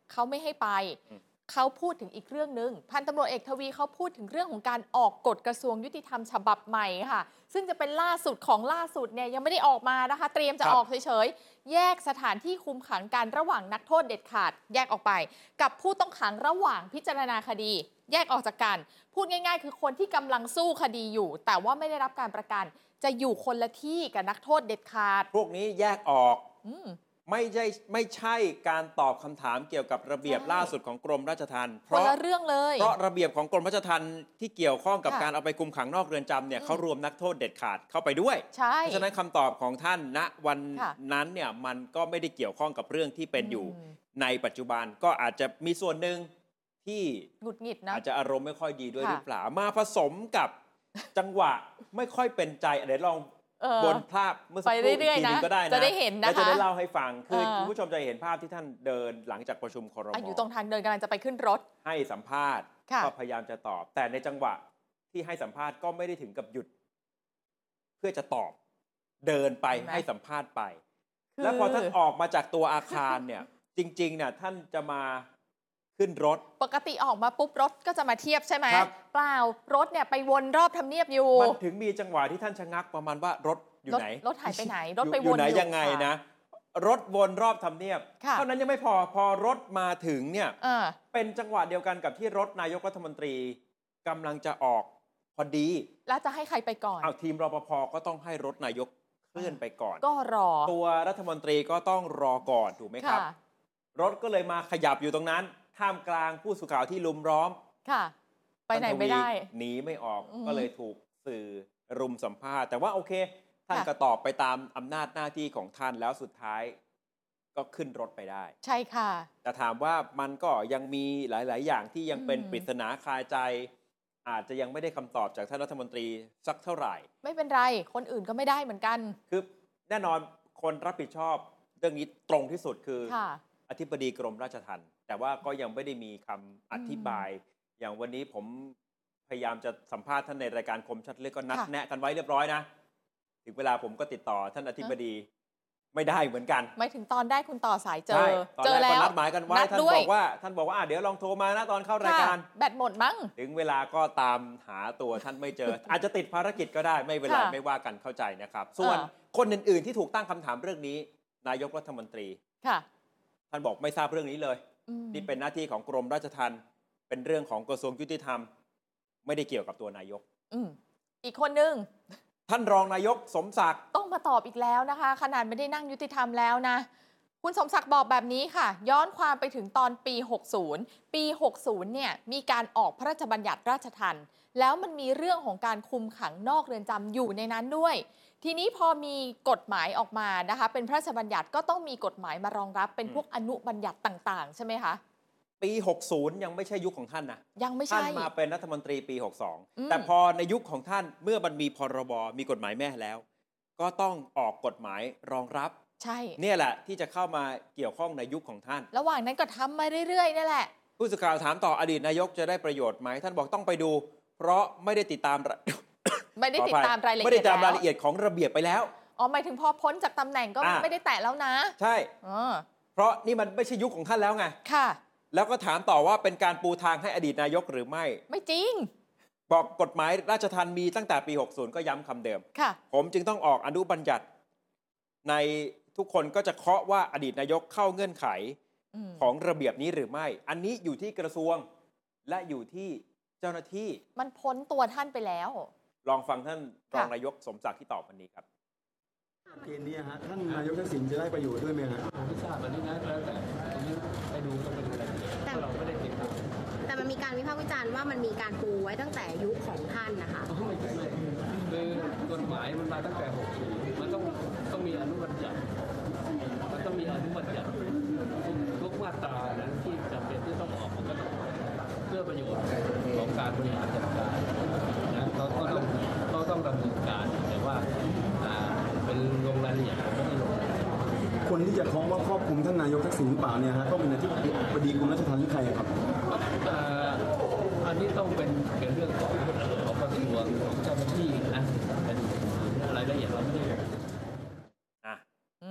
Speaker 3: เขาไม่ให้ไปเขาพูดถึงอีกเรื่องหนึ่งพันตำรวจเอกทวีเขาพูดถึงเรื่องของการออกกฎกระทรวงยุติธรรมฉบับใหม่ค่ะซึ่งจะเป็นล่าสุดของล่าสุดเนี่ยยังไม่ได้ออกมานะคะเตรียมจะออกเฉยๆแยกสถานที่คุมขังกันระหว่างนักโทษเด็ดขาดแยกออกไปกับผู้ต้องขังระหว่างพิจารณาคดีแยกออกจากกันพูดง่ายๆคือคนที่กำลังสู้คดีอยู่แต่ว่าไม่ได้รับการประกันจะอยู่คนละที่กับนักโทษเด็ดขาด
Speaker 2: พวกนี้แยกออกไม่ใช่ไม่ใช่การตอบคำถามเกี่ยวกับระเบียบล่าสุดของกรมราชทัณฑ์
Speaker 3: เพราะเรื่องเลย
Speaker 2: เพราะระเบียบของกรมราชทัณฑ์ที่เกี่ยวข้องกับการเอาไปคุมขังนอกเรือนจำเนี่ยเขารวมนักโทษเด็ดขาดเข้าไปด้วยเพราะฉะนั้นคำตอบของท่านณวันนั้นเนี่ยมันก็ไม่ได้เกี่ยวข้องกับเรื่องที่เป็นอยู่ในปัจจุบันก็อาจจะมีส่วนหนึ่งที่
Speaker 3: หงุดหงิดนะ
Speaker 2: อาจจะอารมณ์ไม่ค่อยดีด้วยหรือเปล่ามาผสมกับจังหวะไม่ค่อยเป็นใจเดี๋ยวลองบนภาพเมื่อสักครู่อีกทีนึงก็ได้นะ
Speaker 3: จะได้เห็นนะคะ
Speaker 2: จะได้เล่าให้ฟังคือคุณผู้ชมจะเห็นภาพที่ท่านเดินหลังจากประชุมครม.
Speaker 3: อยู่ตรงทางเดินกำลังจะไปขึ้นรถ
Speaker 2: ให้สัมภาษณ์ก็พยายามจะตอบแต่ในจังหวะที่ให้สัมภาษณ์ก็ไม่ได้ถึงกับหยุดเพื่อจะตอบเดินไปให้สัมภาษณ์ไปแล้วพอท่านออกมาจากตัวอาคารเนี่ยจริงๆเนี่ยท่านจะมาขึ้นรถ
Speaker 3: ปกติออกมาปุ๊บรถก็จะมาเทียบใช่ไหมเปล่ารถเนี่ยไปวนรอบทำเนียบอยู่
Speaker 2: มันถึงมีจังหวะที่ท่านชะงักประมาณว่ารถอยู่ไหน
Speaker 3: รถหายไปไหนรถไปวน
Speaker 2: อยู่ไหนยังไงนะรถวนรอบทำเนียบเท่านั้นยังไม่พอพอรถมาถึงเนี่ยเป็นจังหวะเดียวกันกับที่รถนายกรัฐมนตรีกำลังจะออกพอดี
Speaker 3: แล้วจะให้ใครไปก่อน
Speaker 2: เอาทีมรปภก็ต้องให้รถนายกเคลื่อนไปก่อน
Speaker 3: ก็รอ
Speaker 2: ตัวรัฐมนตรีก็ต้องรอก่อนถูกไหมครับรถก็เลยมาขยับอยู่ตรงนั้นท่ามกลางผู้สื่อข่าวที่ลุมล้อม
Speaker 3: ค่ะไปไหนไม่ได้
Speaker 2: หนีไม่ออกก็เลยถูกสื่อรุมสัมภาษณ์แต่ว่าโอเคท่านก็ตอบไปตามอำนาจหน้าที่ของท่านแล้วสุดท้ายก็ขึ้นรถไปได้
Speaker 3: ใช่ค่ะ
Speaker 2: แต่ถามว่ามันก็ยังมีหลายๆอย่างที่ยังเป็นปริศนาคาใจอาจจะยังไม่ได้คำตอบจากท่านรัฐมนตรีสักเท่าไหร่
Speaker 3: ไม่เป็นไรคนอื่นก็ไม่ได้เหมือนกัน
Speaker 2: คือแน่นอนคนรับผิดชอบเรื่องนี้ตรงที่สุดคืออธิบดีกรมราชทัณฑ์แต่ว่าก็ยังไม่ได้มีคำอธิบายอย่างวันนี้ผมพยายามจะสัมภาษณ์ท่านในรายการคมชัดลึกก็นัดแนะกันไว้เรียบร้อยนะถึงเวลาผมก็ติดต่อท่านอธิบดีไม่ได้เหมือนกัน
Speaker 3: ไม่ถึงตอนได้คุณต่อสายเจอ
Speaker 2: เจอแล้วนัดหมายกันไว้ท่านบอกว่าท่านบอกว่าเดี๋ยวลองโทรมานะตอนเข้ารายการ
Speaker 3: แบตหมดมั้ง
Speaker 2: ถึงเวลาก็ตามหาตัวท่านไม่เจออาจจะติดภารกิจก็ได้ไม่เป็นไรไม่ว่ากันเข้าใจนะครับส่วนคนอื่นๆที่ถูกตั้งคำถามเรื่องนี้นายกรัฐมนตรีท่านบอกไม่ทราบเรื่องนี้เลยนี่เป็นหน้าที่ของกรมราชทัณฑ์เป็นเรื่องของกระทรวงยุติธรรมไม่ได้เกี่ยวกับตัวนายก
Speaker 3: อีกคนนึง
Speaker 2: ท่านรองนายกสมศักดิ์
Speaker 3: ต้องมาตอบอีกแล้วนะคะขนาดไม่ได้นั่งยุติธรรมแล้วนะคุณสมศักดิ์บอกแบบนี้ค่ะย้อนความไปถึงตอนปีหกสิบปีหกสิบเนี่ยมีการออกพระราชบัญญัติราชทัณฑ์แล้วมันมีเรื่องของการคุมขังนอกเรือนจำอยู่ในนั้นด้วยทีนี้พอมีกฎหมายออกมานะคะเป็นพระราชบัญญัติก็ต้องมีกฎหมายมารองรับเป็นพวกอนุบัญญัติต่างๆใช่ไหมคะ
Speaker 2: ปีหกสิบยังไม่ใช่ยุคของท่านนะ
Speaker 3: ยังไม่ใช่
Speaker 2: ท่านมาเป็นรัฐมนตรีปีหกสิบสองแต่พอในยุคของท่านเมื่อมันมีพรบมีกฎหมายแม่แล้วก็ต้องออกกฎหมายรองรับ
Speaker 3: ใช่
Speaker 2: เนี่ยแหละที่จะเข้ามาเกี่ยวข้องในยุคของท่าน
Speaker 3: ระหว่างนั้นก็ทำมาเรื่อยๆนี่แหละ
Speaker 2: ผู้สื่อข่าวถามต่ออดีตนายกจะได้ประโยชน์ไหมท่านบอกต้องไปดูเพราะไม่ได้ติดตาม
Speaker 3: ไม่ได้ติดตามรายละเอียด
Speaker 2: ไม่ได้ติดตามรายละเอียดของระเบียบไปแล้ว
Speaker 3: อ๋อหมายถึงพอพ้นจากตำแหน่งก็ไม่ได้แตะแล้วนะ
Speaker 2: ใช่เพราะนี่มันไม่ใช่ยุคของท่านแล้วไง
Speaker 3: ค่ะ
Speaker 2: แล้วก็ถามต่อว่าเป็นการปูทางให้อดีตนายกหรือไม่
Speaker 3: ไม่จริง
Speaker 2: บอกกฎหมายราชทัณฑ์มีตั้งแต่ปีหกสิบก็ย้ำคำเดิม
Speaker 3: ค่ะ
Speaker 2: ผมจึงต้องออกอนุบัญญัติในทุกคนก็จะเคาะว่าอดีตนายกเข้าเงื่อนไขของระเบียบนี้หรือไม่อันนี้อยู่ที่กระทรวงและอยู่ที่เจ้าหน้าที่
Speaker 3: มันพ้นตัวท่านไปแล้ว
Speaker 2: ลองฟังท่านรองนายกสมศักดิ์ที่ตอบวันนี้ครับ
Speaker 7: เกณฑ์นี้ฮะท่านนายกทักษิณจะได้ประโยชน์ด้วยไหมฮะ
Speaker 8: ผมไม่ทราบอันนี้นะแล้วแต่ผมไปดูต้องไปดูอะไรแต่เราไม่ได้ติดตาม
Speaker 5: แต่มันมีการวิพากษ์วิจารณ์ว่ามันมีการปูไว้ตั้งแต่ยุคของท่านนะคะ
Speaker 8: ไม่ใช่คือกฎหมายมันมาตั้งแต่หกสิบมันต้องต้องมีอนุบัญญัติมันต้องมีอนุบัญญัติทุกมาตรานั้นที่จำเป็นที่ต้องออกมันก็ต้องเพื่อประโยชน์ของการบริหารจัดการนะเราก็ต้องเราต้องดำเนินการแต่ว่าเป็นลงรายละเอียดไม่ได้ลง
Speaker 7: คนที่จะเคาะว่าครอบคลุมท่านนายกทักษิณหรือเปล่าเนี่ยฮะต้องเป็นอธิบดีกรมราชทัณฑ์หรือใครครับ
Speaker 8: อันนี้ต้องเป็นเป็นเรื่องของของกระทรวงของเจ้าหน้าที่นะเป็นรายละเอียดเราไม่ได้
Speaker 2: อ่ะตัวร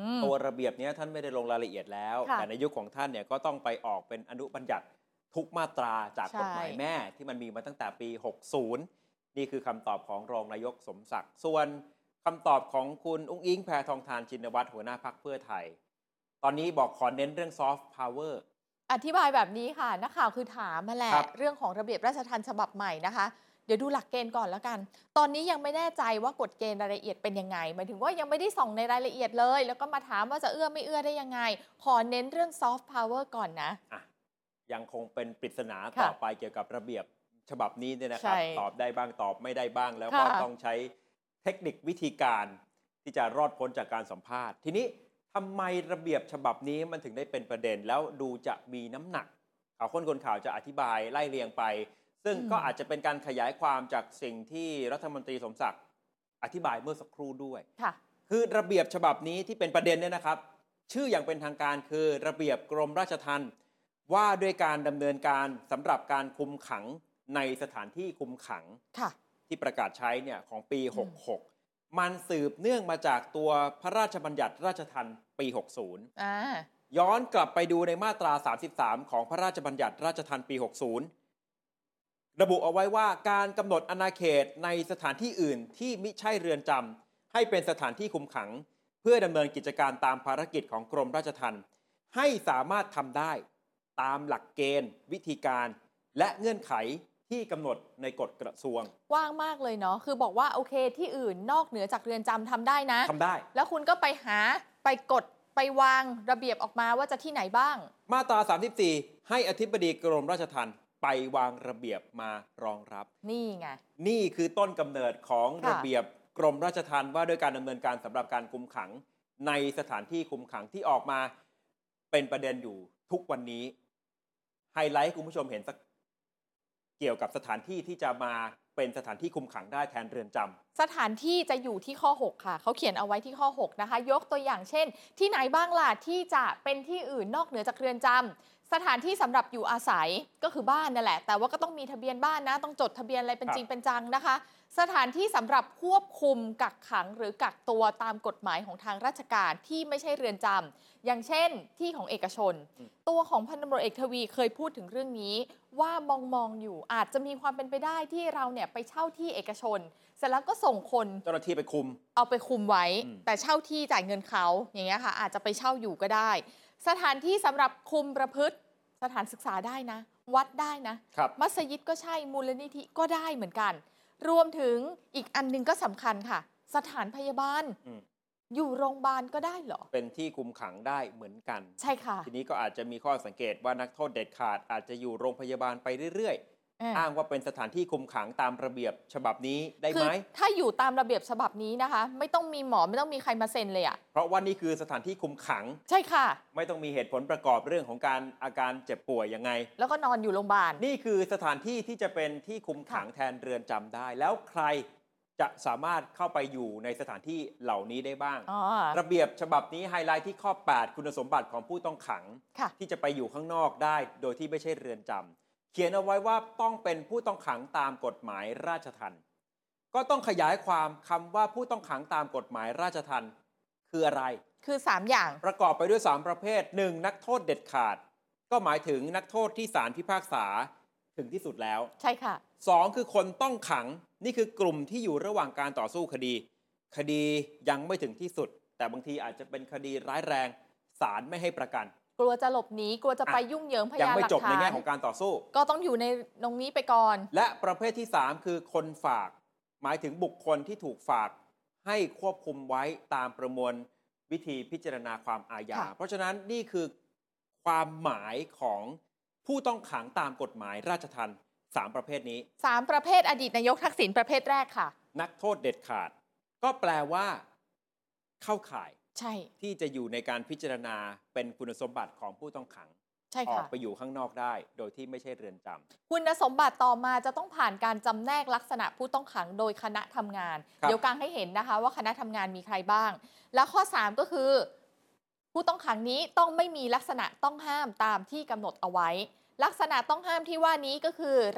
Speaker 2: ระเบียบนี้ท่านไม่ได้ลงรายละเอียดแล้วแต่ในยุคของท่านเนี่ยก็ต้องไปออกเป็นอนุบัญญัติทุกมาตราจากกฎหมายแม่ที่มันมีมาตั้งแต่ปีหกสิบนี่คือคำตอบของรองนายกสมศักดิ์ส่วนคำตอบของคุณอุ้งอิงแพทองธารชินวัตรหัวหน้าพรรคเพื่อไทยตอนนี้บอกขอเน้นเรื่องซอฟต์พาวเวอร์
Speaker 3: อธิบายแบบนี้ค่ะนักข่าวคือถามมาแหละเรื่องของระเบียบราชทัณฑ์ฉบับใหม่นะคะเดี๋ยวดูหลักเกณฑ์ก่อนแล้วกันตอนนี้ยังไม่แน่ใจว่ากฎเกณฑ์รายละเอียดเป็นยังไงหมายถึงว่ายังไม่ได้ส่องในรายละเอียดเลยแล้วก็มาถามว่าจะเอื้อไม่เอื้อได้ยังไงขอเน้นเรื่องซอฟต์พาวเวอร์ก่อนนะ
Speaker 2: ะยังคงเป็นปริศนาต่อไปเกี่ยวกับระเบียบฉบับนี้เนี่ยนะครับตอบได้บ้างตอบไม่ได้บ้างแล้วก็ต้องใช้เทคนิควิธีการที่จะรอดพ้นจากการสัมภาษณ์ทีนี้ทำไมระเบียบฉบับนี้มันถึงได้เป็นประเด็นแล้วดูจะมีน้ำหนักข่าวค้นคนข่าวจะอธิบายไล่เรียงไปซึ่งก็อาจจะเป็นการขยายความจากสิ่งที่รัฐมนตรีสมศักดิ์อธิบายเมื่อสักครู่ด้วยคือระเบียบฉบับนี้ที่เป็นประเด็นเนี่ยนะครับชื่ออย่างเป็นทางการคือระเบียบกรมราชทัณฑ์ว่าด้วยการดำเนินการสำหรับการคุมขังในสถานที่คุมขังที่ประกาศใช้เนี่ยของปีหกสิบหกมันสืบเนื่องมาจากตัวพระราชบัญญัติราชทัณฑ์ปีหกสิบอ่าย้อนกลับไปดูในมาตราสามสิบสามของพระราชบัญญัติราชทัณฑ์ปีหกสิบระบุเอาไว้ว่าการกำหนดอาณาเขตในสถานที่อื่นที่มิใช่เรือนจำให้เป็นสถานที่คุมขังเพื่อดำเนินกิจการตามภารกิจของกรมราชทัณฑ์ให้สามารถทำได้ตามหลักเกณฑ์วิธีการและเงื่อนไขที่กำหนดในกฎกระทรวง
Speaker 3: ว่างมากเลยเนาะคือบอกว่าโอเคที่อื่นนอกเหนือจากเรือนจำทำได้นะ
Speaker 2: ทำได้
Speaker 3: แล้วคุณก็ไปหาไปกดไปวางระเบียบออกมาว่าจะที่ไหนบ้าง
Speaker 2: มาตราสามสิบสี่ให้อธิบดีกรมราชทัณฑ์ไปวางระเบียบมารองรับ
Speaker 3: นี่ไง
Speaker 2: นี่คือต้นกำเนิดของระเบียบกรมราชทัณฑ์ว่าด้วยการดำเนินการสำหรับการคุมขังในสถานที่คุมขังที่ออกมาเป็นประเด็นอยู่ทุกวันนี้ไฮไลท์ให้คุณผู้ชมเห็นสักเกี่ยวกับสถานที่ที่จะมาเป็นสถานที่คุมขังได้แทนเรือนจำ
Speaker 3: สถานที่จะอยู่ที่ข้อหกค่ะเขาเขียนเอาไว้ที่ข้อหกนะคะยกตัวอย่างเช่นที่ไหนบ้างล่ะที่จะเป็นที่อื่นนอกเหนือจากเรือนจำสถานที่สำหรับอยู่อาศัยก็คือบ้านนั่นแหละแต่ว่าก็ต้องมีทะเบียนบ้านนะต้องจดทะเบียนอะไรเป็นจริงเป็นจังนะคะสถานที่สำหรับควบคุมกักขังหรือกักตัวตามกฎหมายของทางราชการที่ไม่ใช่เรือนจำอย่างเช่นที่ของเอกชนตัวของพันตำรวจเอกทวีเคยพูดถึงเรื่องนี้ว่ามองมองอยู่อาจจะมีความเป็นไปได้ที่เราเนี่ยไปเช่าที่เอกชนเสร็จแล้วก็ส่งคน
Speaker 2: เจ้าหน้าที่ไปคุม
Speaker 3: เอาไปคุมไว้แต่เช่าที่จ่ายเงินเขาอย่างเงี้ยค่ะอาจจะไปเช่าอยู่ก็ได้สถานที่สำหรับคุมประพฤติสถานศึกษาได้นะวัดได้นะมัสยิดก็ใช่มูลนิธิก็ได้เหมือนกันรวมถึงอีกอันนึงก็สำคัญค่ะสถานพยาบาลอยู่โรงพยาบาลก็ได้เหรอ
Speaker 2: เป็นที่คุมขังได้เหมือนกัน
Speaker 3: ใช่ค่ะ
Speaker 2: ทีนี้ก็อาจจะมีข้อสังเกตว่านักโทษเด็ดขาดอาจจะอยู่โรงพยาบาลไปเรื่อยๆอ้างว่าเป็นสถานที่คุมขังตามระเบียบฉบับนี้ได้ไหม
Speaker 3: ถ้าอยู่ตามระเบียบฉบับนี้นะคะไม่ต้องมีหมอไม่ต้องมีใครมาเซ็นเลยอะ
Speaker 2: เพราะว่านี่คือสถานที่คุมขัง
Speaker 3: ใช่ค่ะ
Speaker 2: ไม่ต้องมีเหตุผลประกอบเรื่องของการอาการเจ็บป่วยยังไง
Speaker 3: แล้วก็นอนอยู่โรงพยาบาล
Speaker 2: นี่คือสถานที่ที่จะเป็นที่คุมขังแทนเรือนจำได้แล้วใครจะสามารถเข้าไปอยู่ในสถานที่เหล่านี้ได้บ้างระเบียบฉบับนี้ไฮไลท์ที่ข้อแปดคุณสมบัติของผู้ต้องขังที่จะไปอยู่ข้างนอกได้โดยที่ไม่ใช่เรือนจำเขียนเอาไว้ว่าต้องเป็นผู้ต้องขังตามกฎหมายราชทัณฑ์ก็ต้องขยายความคำว่าผู้ต้องขังตามกฎหมายราชทัณฑ์คืออะไร
Speaker 3: คือสามอย่าง
Speaker 2: ประกอบไปด้วยสามประเภทหนึ่งนักโทษเด็ดขาดก็หมายถึงนักโทษที่ศาลพิพากษาถึงที่สุดแล้ว
Speaker 3: ใช่ค่ะ
Speaker 2: สองคือคนต้องขังนี่คือกลุ่มที่อยู่ระหว่างการต่อสู้คดีคดียังไม่ถึงที่สุดแต่บางทีอาจจะเป็นคดีร้ายแรงศาลไม่ให้ประกัน
Speaker 3: กลัวจะหลบหนีกลัวจะไปยุ่งเหยิงพยานหลักฐานยังไม่
Speaker 2: จบในแง่ของการต่อสู้
Speaker 3: ก็ต้องอยู่ในตรงนี้ไปก่อน
Speaker 2: และประเภทที่สามคือคนฝากหมายถึงบุคคลที่ถูกฝากให้ควบคุมไว้ตามประมวลวิธีพิจารณาความอาญาเพราะฉะนั้นนี่คือความหมายของผู้ต้องขังตามกฎหมายราชทัณฑ์สามประเภทนี้
Speaker 3: สามประเภทอดีตนายกทักษิณประเภทแรกค่ะ
Speaker 2: นักโทษเด็ดขาดก็แปลว่าเข้าข่าย
Speaker 3: ใช่
Speaker 2: ที่จะอยู่ในการพิจารณาเป็นคุณสมบัติของผู้ต้องขัง
Speaker 3: ใช่ค่ะ
Speaker 2: ออกไปอยู่ข้างนอกได้โดยที่ไม่ใช่เรือนจำ
Speaker 3: คุณสมบัติต่อมาจะต้องผ่านการจำแนกลักษณะผู้ต้องขังโดยคณะทำงานเดี๋ยวกางให้เห็นนะคะว่าคณะทำงานมีใครบ้างและข้อสามก็คือผู้ต้องขังนี้ต้องไม่มีลักษณะต้องห้ามตามที่กำหนดเอาไว้ลักษณะต้องห้ามที่ว่านี้ก็คือรัก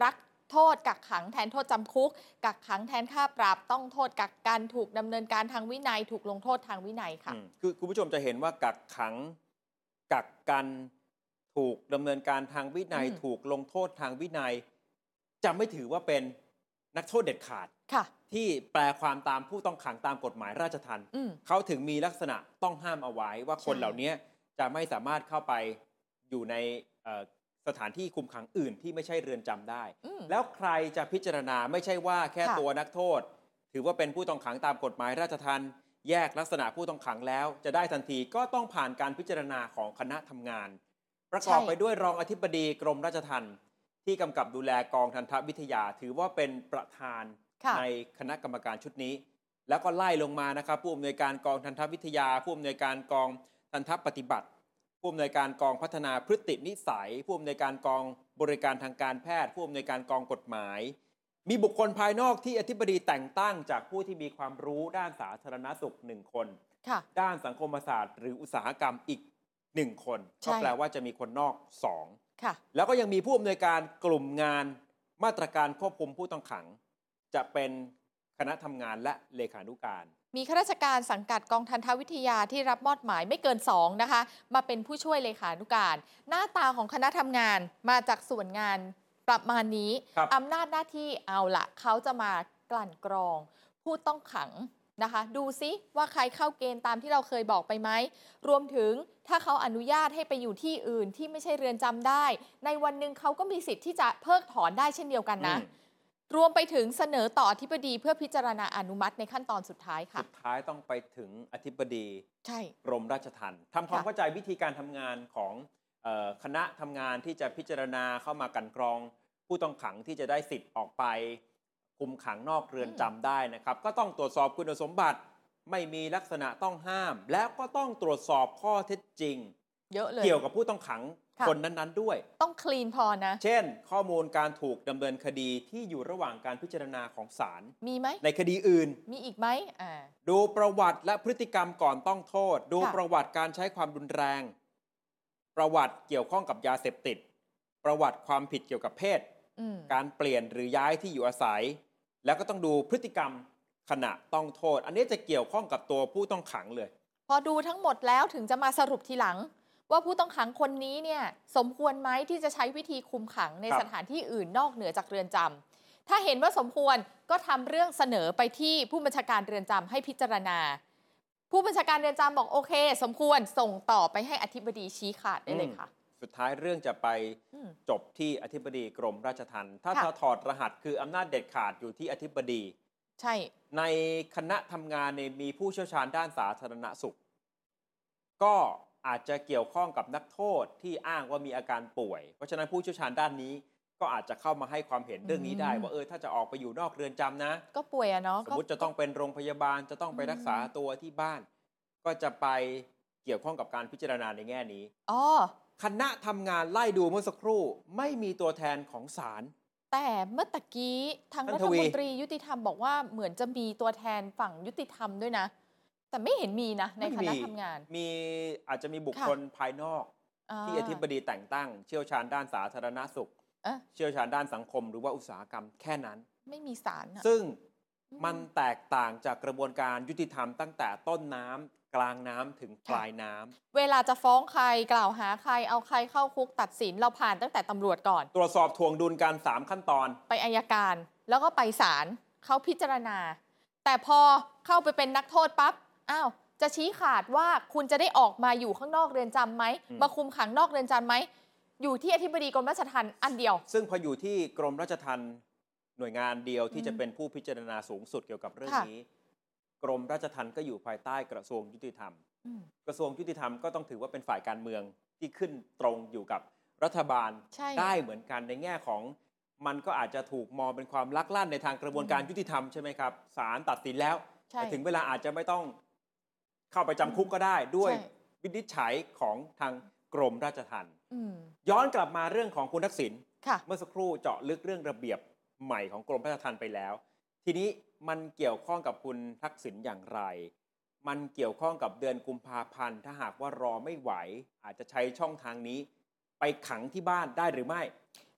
Speaker 3: โทษกักขังแทนโทษจำคุกกักขังแทนค่าปรับต้องโทษกักกันถูกดำเนินการทางวินัยถูกลงโทษทางวินัยค่ะ
Speaker 2: คือคุณผู้ชมจะเห็นว่ากักขังกักกันถูกดำเนินการทางวินัยถูกลงโทษทางวินัยจะไม่ถือว่าเป็นนักโทษเด็ดขาดที่แปลความตามผู้ต้องขังตามกฎหมายราชทัณฑ์เขาถึงมีลักษณะต้องห้ามเอาไว้ว่าคนเหล่านี้จะไม่สามารถเข้าไปอยู่ในสถานที่คุมขังอื่นที่ไม่ใช่เรือนจำได้แล้วใครจะพิจารณาไม่ใช่ว่าแค่ตัวนักโทษถือว่าเป็นผู้ต้องขังตามกฎหมายราชทัณฑ์แยกลักษณะผู้ต้องขังแล้วจะได้ทันทีก็ต้องผ่านการพิจารณาของคณะทำงานประกอบไปด้วยรองอธิบดีกรมราชทัณฑ์ที่กำกับดูแลกองทันตวิทยาถือว่าเป็นประธานในคณะกรรมการชุดนี้แล้วก็ไล่ลงมานะครับผู้อำนวยการกองทันตวิทยาผู้อำนวยการกองทันตปฏิบัติผู้อำนวยการกองพัฒนาพฤตินิสัยผู้อำนวยการกองบริการทางการแพทย์ผู้อำนวยการกองกฎหมายมีบุคคลภายนอกที่อธิบดีแต่งตั้งจากผู้ที่มีความรู้ด้านสาธารณสุขหนึ่งคนด้านสังคมศาสตร์หรืออุตสาหกรรมอีกหนึ่งคนก็แปลว่าจะมีคนนอกสองแล้วก็ยังมีผู้อำนวยการกลุ่มงานมาตรการควบคุมผู้ต้องขังจะเป็นคณะทำงานและเลขานุการ
Speaker 3: มีข้าราชการสังกัดกองทันตวิทยาที่รับมอบหมายไม่เกินสองนะคะมาเป็นผู้ช่วยเลขานุการหน้าตาของคณะทำงานมาจากส่วนงานประมาณนี้อำนาจหน้าที่เอาละเขาจะมากลั่นกรองผู้ต้องขังนะคะดูซิว่าใครเข้าเกณฑ์ตามที่เราเคยบอกไปไหมรวมถึงถ้าเขาอนุญาตให้ไปอยู่ที่อื่นที่ไม่ใช่เรือนจำได้ในวันหนึ่งเขาก็มีสิทธิ์ที่จะเพิกถอนได้เช่นเดียวกันนะรวมไปถึงเสนอต่ออธิบดีเพื่อพิจารณาอนุมัติในขั้นตอนสุดท้ายค่ะ
Speaker 2: สุดท้ายต้องไปถึงอธิบดี
Speaker 3: ใช่
Speaker 2: กรมราชทัณฑ์ทำความเข้าใจวิธีการทำงานของเอ่อคณะทำงานที่จะพิจารณาเข้ามากันกรองผู้ต้องขังที่จะได้สิทธิ์ออกไปคุมขังนอกเรือนจำได้นะครับก็ต้องตรวจสอบคุณสมบัติไม่มีลักษณะต้องห้ามแล้วก็ต้องตรวจสอบข้อเท็จจริง
Speaker 3: เยอะเลย
Speaker 2: เกี่ยวกับผู้ต้องขังคนนั้นๆด้วย
Speaker 3: ต้องคลีนพอนะ
Speaker 2: เช่นข้อมูลการถูกดำเนินคดีที่อยู่ระหว่างการพิจารณาของศาล
Speaker 3: มีไหม
Speaker 2: ในคดีอื่น
Speaker 3: มีอีกไหมอ่า
Speaker 2: ดูประวัติและพฤติกรรมก่อนต้องโทษดูประวัติการใช้ความรุนแรงประวัติเกี่ยวข้องกับยาเสพติดประวัติความผิดเกี่ยวกับเพศการเปลี่ยนหรือย้ายที่อยู่อาศัยแล้วก็ต้องดูพฤติกรรมขณะต้องโทษอันนี้จะเกี่ยวข้องกับตัวผู้ต้องขังเลย
Speaker 3: พอดูทั้งหมดแล้วถึงจะมาสรุปทีหลังว่าผู้ต้องขังคนนี้เนี่ยสมควรไหมที่จะใช้วิธีคุมขังในสถานที่อื่นนอกเหนือจากเรือนจำถ้าเห็นว่าสมควรก็ทำเรื่องเสนอไปที่ผู้บัญชาการเรือนจำให้พิจารณาผู้บัญชาการเรือนจำบอกโอเคสมควรส่งต่อไปให้อธิบดีชี้ขาดได้เลยค่ะ
Speaker 2: สุดท้ายเรื่องจะไปจบที่อธิบดีกรมราชทัณฑ์ถ้าถ้าถอดรหัสคืออำนาจเด็ดขาดอยู่ที่อธิบดี
Speaker 3: ใช่
Speaker 2: ในคณะทำงานเนี่ยมีผู้เชี่ยวชาญด้านสาธารณสุขก็อาจจะเกี่ยวข้องกับนักโทษที่อ้างว่ามีอาการป่วยเพราะฉะนั้นผู้เชี่ยวชาญด้านนี้ก็อาจจะเข้ามาให้ความเห็นเรื่องนี้ได้ว่าเออถ้าจะออกไปอยู่นอกเรือนจำนะ
Speaker 3: ก็ป่วยอะเนาะ
Speaker 2: สมมติจะต้องเป็นโรงพยาบาลจะต้องไปรักษาตัวที่บ้านก็จะไปเกี่ยวข้องกับการพิจารณาในแง่นี้
Speaker 3: อ๋อ
Speaker 2: คณะทำงานไล่ดูเมื่อสักครู่ไม่มีตัวแทนของศาล
Speaker 3: แต่เมื่อตะกี้ทางรัฐมนตรียุติธรรมบอกว่าเหมือนจะมีตัวแทนฝั่งยุติธรรมด้วยนะแต่ไม่เห็นมีนะในคณะทำงาน
Speaker 2: มีอาจจะมีบุคคลภายนอกที่อธิบดีแต่งตั้งเชี่ยวชาญด้านสาธารณสุขเชี่ยวชาญด้านสังคมหรือว่าอุตสาหกรรมแค่นั้น
Speaker 3: ไม่มีศาล
Speaker 2: ซึ่งมันแตกต่างจากกระบวนการยุติธรรมตั้งแต่ต้นน้ำกลางน้ำถึงปลายน้ำ
Speaker 3: เวลาจะฟ้องใครกล่าวหาใครเอาใครเข้าคุกตัดสินเราผ่านตั้งแต่ตำรวจก่อน
Speaker 2: ตรวจสอบทวงดุลการสามขั้นตอน
Speaker 3: ไปอัยการแล้วก็ไปศาลเขาพิจารณาแต่พอเข้าไปเป็นนักโทษปั๊บอ้าวจะชี้ขาดว่าคุณจะได้ออกมาอยู่ข้างนอกเรือนจำไหมมาคุมขังนอกเรือนจำไหมอยู่ที่อธิบดีกรมราชทัณฑ์อันเดียว
Speaker 2: ซึ่งพออยู่ที่กรมราชทัณฑ์หน่วยงานเดียวที่จะเป็นผู้พิจารณาสูงสุดเกี่ยวกับเรื่องนี้กรมราชทัณฑ์ก็อยู่ภายใต้กระทรวงยุติธรรมกระทรวงยุติธรรมก็ต้องถือว่าเป็นฝ่ายการเมืองที่ขึ้นตรงอยู่กับรัฐบาลได้เหมือนกันในแง่ของมันก็อาจจะถูกมองเป็นความลักลั่นในทางกระบวนการยุติธรรมใช่ไหมครับศาลตัดสินแล้วแต่ถึงเวลาอาจจะไม่ต้องเข้าไปจำคุกก็ได้ด้วยวินิจฉัยของทางกรมราชทัณฑ์ย้อนกลับมาเรื่องของคุณทักษิณเมื่อสักครู่เจาะลึกเรื่องระเบียบใหม่ของกรมราชทัณฑ์ไปแล้วทีนี้มันเกี่ยวข้องกับคุณทักษิณอย่างไรมันเกี่ยวข้องกับเดือนกุมภาพันธ์ถ้าหากว่ารอไม่ไหวอาจจะใช้ช่องทางนี้ไปขังที่บ้านได้หรือไม่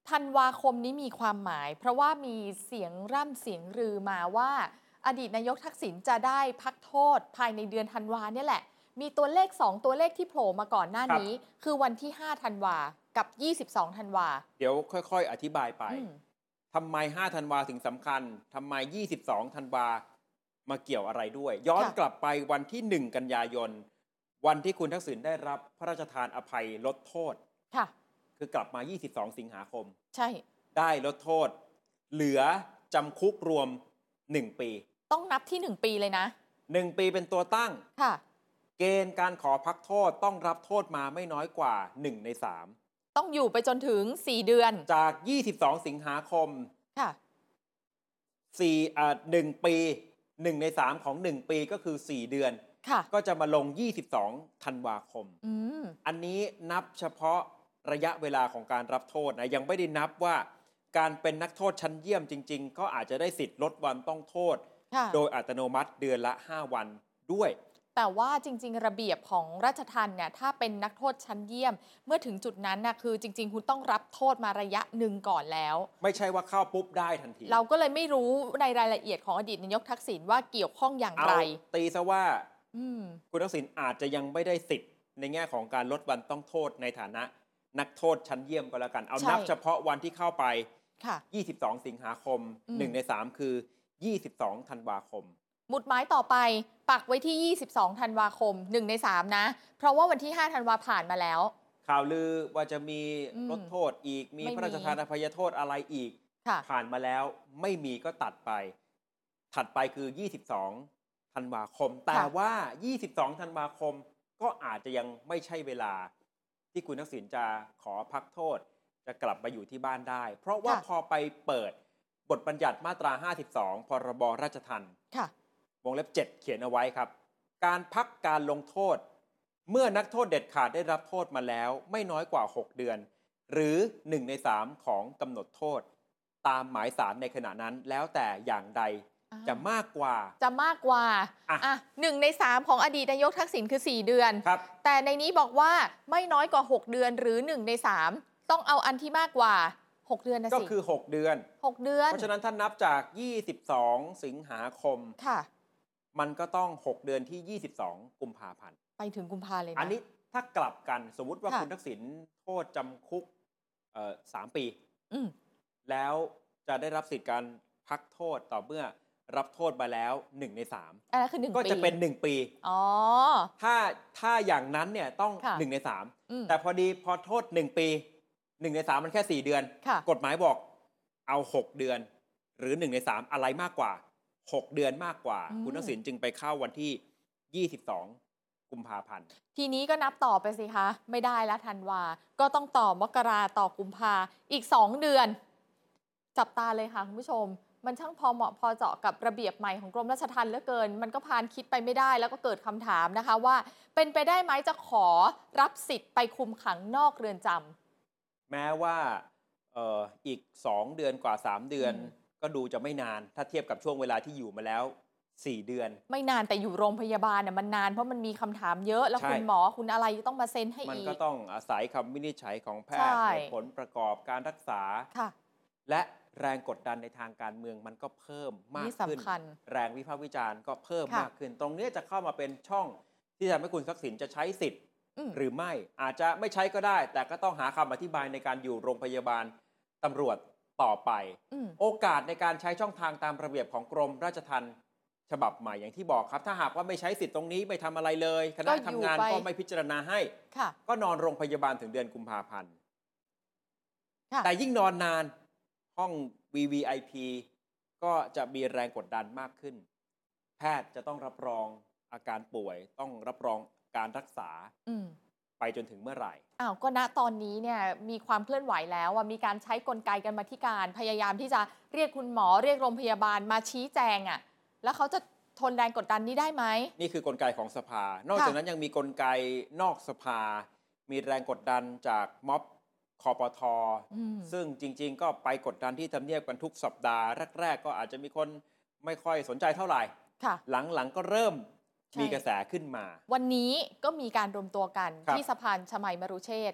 Speaker 3: ธันวาคมนี้มีความหมาย เพราะว่ามีเสียงร่ำเสียงรือมาว่าอดีตนายกทักษิณจะได้พักโทษภายในเดือนธันวาเนี่ยแหละมีตัวเลขสองตัวเลขที่โผล่มาก่อนหน้านี้ คือวันที่ห้าธันวากับยี่สิบสองธันวา
Speaker 2: เดี๋ยวค่อยๆอธิบายไปทำไมห้าธันวาถึงสำคัญทำไมยี่สิบสองธันวามาเกี่ยวอะไรด้วยย้อนกลับไปวันที่หนึ่งกันยายนวันที่คุณทักษิณได้รับพระราชทานอภัยลดโทษ
Speaker 3: ค่ะ
Speaker 2: คือกลับมายี่สิบสองสิงหาคม
Speaker 3: ใช่
Speaker 2: ได้ลดโทษเหลือจำคุกรวมหนึ่งปี
Speaker 3: ต้องนับที่หนึ่งปีเลยนะ
Speaker 2: หนึ่งปีเป็นตัวตั้ง
Speaker 3: ค่ะ
Speaker 2: เกณฑ์การขอพักโทษต้องรับโทษมาไม่น้อยกว่าหนึ่งในสาม
Speaker 3: ต้องอยู่ไปจนถึงสี่เดือน
Speaker 2: จากยี่สิบสองสิงหาคม
Speaker 3: ค่ะ
Speaker 2: สี่อ่าหนึ่งปีหนึ่งในสามของหนึ่งปีก็คือสี่เดือน
Speaker 3: ค่ะ
Speaker 2: ก็จะมาลงยี่สิบสองธันวาคม
Speaker 3: อืม
Speaker 2: อันนี้นับเฉพาะระยะเวลาของการรับโทษนะยังไม่ได้นับว่าการเป็นนักโทษชั้นเยี่ยมจริงๆก็อาจจะได้สิทธิ์ลดวันต้องโทษโดยอัตโนมัติเดือนละห้าวันด้วย
Speaker 3: แต่ว่าจริงๆระเบียบของราชทัณฑ์เนี่ยถ้าเป็นนักโทษชั้นเยี่ยมเมื่อถึงจุดนั้นนะคือจริงๆคุณต้องรับโทษมาระยะหนึ่งก่อนแล้ว
Speaker 2: ไม่ใช่ว่าเข้าปุ๊บได้ทันที
Speaker 3: เราก็เลยไม่รู้ในรายละเอียดของอดีตนายกทักษิณว่าเกี่ยวข้องอย่างไร
Speaker 2: ตีซะว่าคุณทักษิณอาจจะยังไม่ได้สิทธิ์ในแง่ของการลดวันต้องโทษในฐานะนักโทษชั้นเยี่ยมก็แล้วกันเอานับเฉพาะวันที่เข้าไปยี่สิบสองสิงหาคมหนึ่งในสามคือยี่สิบสองธันวาคม
Speaker 3: หมุดหมายต่อไปปักไว้ที่ยี่สิบสองธันวาคมหนึ่งในสามนะเพราะว่าวันที่ห้าธันวาผ่านมาแล้ว
Speaker 2: ข่าวลือว่าจะมีลดโทษอีกมีพระราชทานอภัยโทษอะไรอีกผ่านมาแล้วไม่มีก็ตัดไปถัดไปคือยี่สิบสองธันวาคมแต่ว่ายี่สิบสองธันวาคมก็อาจจะยังไม่ใช่เวลาที่คุณทักษิณจะขอพักโทษจะกลับมาอยู่ที่บ้านได้เพราะว่าพอไปเปิดบทบัญญัติมาตราห้าสิบสองพรบราชทัณฑ์วงเล็บเจ็ดเขียนเอาไว้ครับการพักการลงโทษเมื่อนักโทษเด็ดขาดได้รับโทษมาแล้วไม่น้อยกว่าหกเดือนหรือหนึ่งในสามของกำหนดโทษตามหมายศาลในขณะนั้นแล้วแต่อย่างใดจะมากกว่า
Speaker 3: จะมากกว่าอ่ะหนึ่งในสามของอดีตนายกทักษิณคือสี่เดือน
Speaker 2: ครับ
Speaker 3: แต่ในนี้บอกว่าไม่น้อยกว่าหกเดือนหรือหนึ่งในสามต้องเอาอันที่มากกว่าหกเดือนนะสิ
Speaker 2: ก็คือหกเดือน
Speaker 3: หกเดือน
Speaker 2: เพราะฉะนั้นท่านนับจากยี่สิบสองสิงหาคม
Speaker 3: ค่ะ
Speaker 2: มันก็ต้องหกเดือนที่ยี่สิบสองกุมภาพันธ์
Speaker 3: ไปถึงกุมภาเลยนะ
Speaker 2: อันนี้ถ้ากลับกันสมมุติว่าคุณทักษิณโทษจำคุกเอ่อสามปีแล้วจะได้รับสิทธิการพักโทษต่อเมื่อรับโทษมาแล้วหนึ่งในสาม
Speaker 3: อันนั้นคือหนึ่งปี
Speaker 2: ก็จะเป็นหนึ่งปี
Speaker 3: อ๋อ
Speaker 2: ถ้าถ้าอย่างนั้นเนี่ยต้องหนึ่งในสามแต่พอดีพอโทษหนึ่งปีหนึ่งในสามมันแค่สี่เดือนกฎหมายบอกเอาหกเดือนหรือหนึ่งในสามอะไรมากกว่าหกเดือนมากกว่าคุณทักษิณจึงไปเข้าวันที่ยี่สิบสองกุมภาพันธ์
Speaker 3: ทีนี้ก็นับต่อไปสิคะไม่ได้แล้วธันวาก็ต้องต่อมกราต่อกุมภาอีกสองเดือนจับตาเลยค่ะคุณผู้ชมมันช่างพอเหมาะพอเจาะกับระเบียบใหม่ของกรมราชทัณฑ์เหลือเกินมันก็พานคิดไปไม่ได้แล้วก็เกิดคำถามนะคะว่าเป็นไปได้ไหมจะขอรับสิทธิ์ไปคุมขังนอกเรือนจ
Speaker 2: ำแม้ว่าเอ่ออีกสองเดือนกว่าสามเดือนก็ดูจะไม่นานถ้าเทียบกับช่วงเวลาที่อยู่มาแล้วสี่เดือน
Speaker 3: ไม่นานแต่อยู่โรงพยาบาลเนี่ยมันนานเพราะมันมีคำถามเยอะแล้วคุณหมอคุณอะไรต้องมาเซ็นให้อีก
Speaker 2: มันก็ต้องอาศัยคำวินิจฉัยของแพทย์ผลประกอบการรักษาและแรงกดดันในทางการเมืองมันก็เพิ่มมากขึ้นแรงวิพากษ์วิจารณ์ก็เพิ่มมากขึ้นตรงนี้จะเข้ามาเป็นช่องที่ทำให้คุณทักษิณจะใช้สิทธิ์หรือไม่อาจจะไม่ใช้ก็ได้แต่ก็ต้องหาคำอธิบายในการอยู่โรงพยาบาลตำรวจต่อไปโอกาสในการใช้ช่องทางตามระเบียบของกรมราชทัณฑ์ฉบับใหม่อย่างที่บอกครับถ้าหากว่าไม่ใช้สิทธิ์ตรงนี้ไม่ทำอะไรเลยคณะทำงานก็ไม่พิจารณาให้ก็นอนโรงพยาบาลถึงเดือนกุมภาพันธ์แต่ยิ่งนอนนานห้อง วี วี ไอ พี ก็จะมีแรงกดดันมากขึ้นแพทย์จะต้องรับรองอาการป่วยต้องรับรองการรักษาไปจนถึงเมื่อไหร่
Speaker 3: อ้าวก็ณตอนนี้เนี่ยมีความเคลื่อนไหวแล้วว่ามีการใช้กลไกกันมาธิการพยายามที่จะเรียกคุณหมอเรียกโรงพยาบาลมาชี้แจงอ่ะแล้วเขาจะทนแรงกดดันนี้ได้ไหม
Speaker 2: นี่คือกลไกของสภานอกจากนั้นยังมีกลไกนอกสภามีแรงกดดันจากม็อบคปท.ซึ่งจริงๆก็ไปกดดันที่ทำเนียบกันทุกสัปดาห์แรกๆก็อาจจะมีคนไม่ค่อยสนใจเท่าไหร่หลังๆก็เริ่มมีกระแสขึ้นมา
Speaker 3: วันนี้ก็มีการรวมตัวกันที่สะพานชมัยมรุเชษฐ์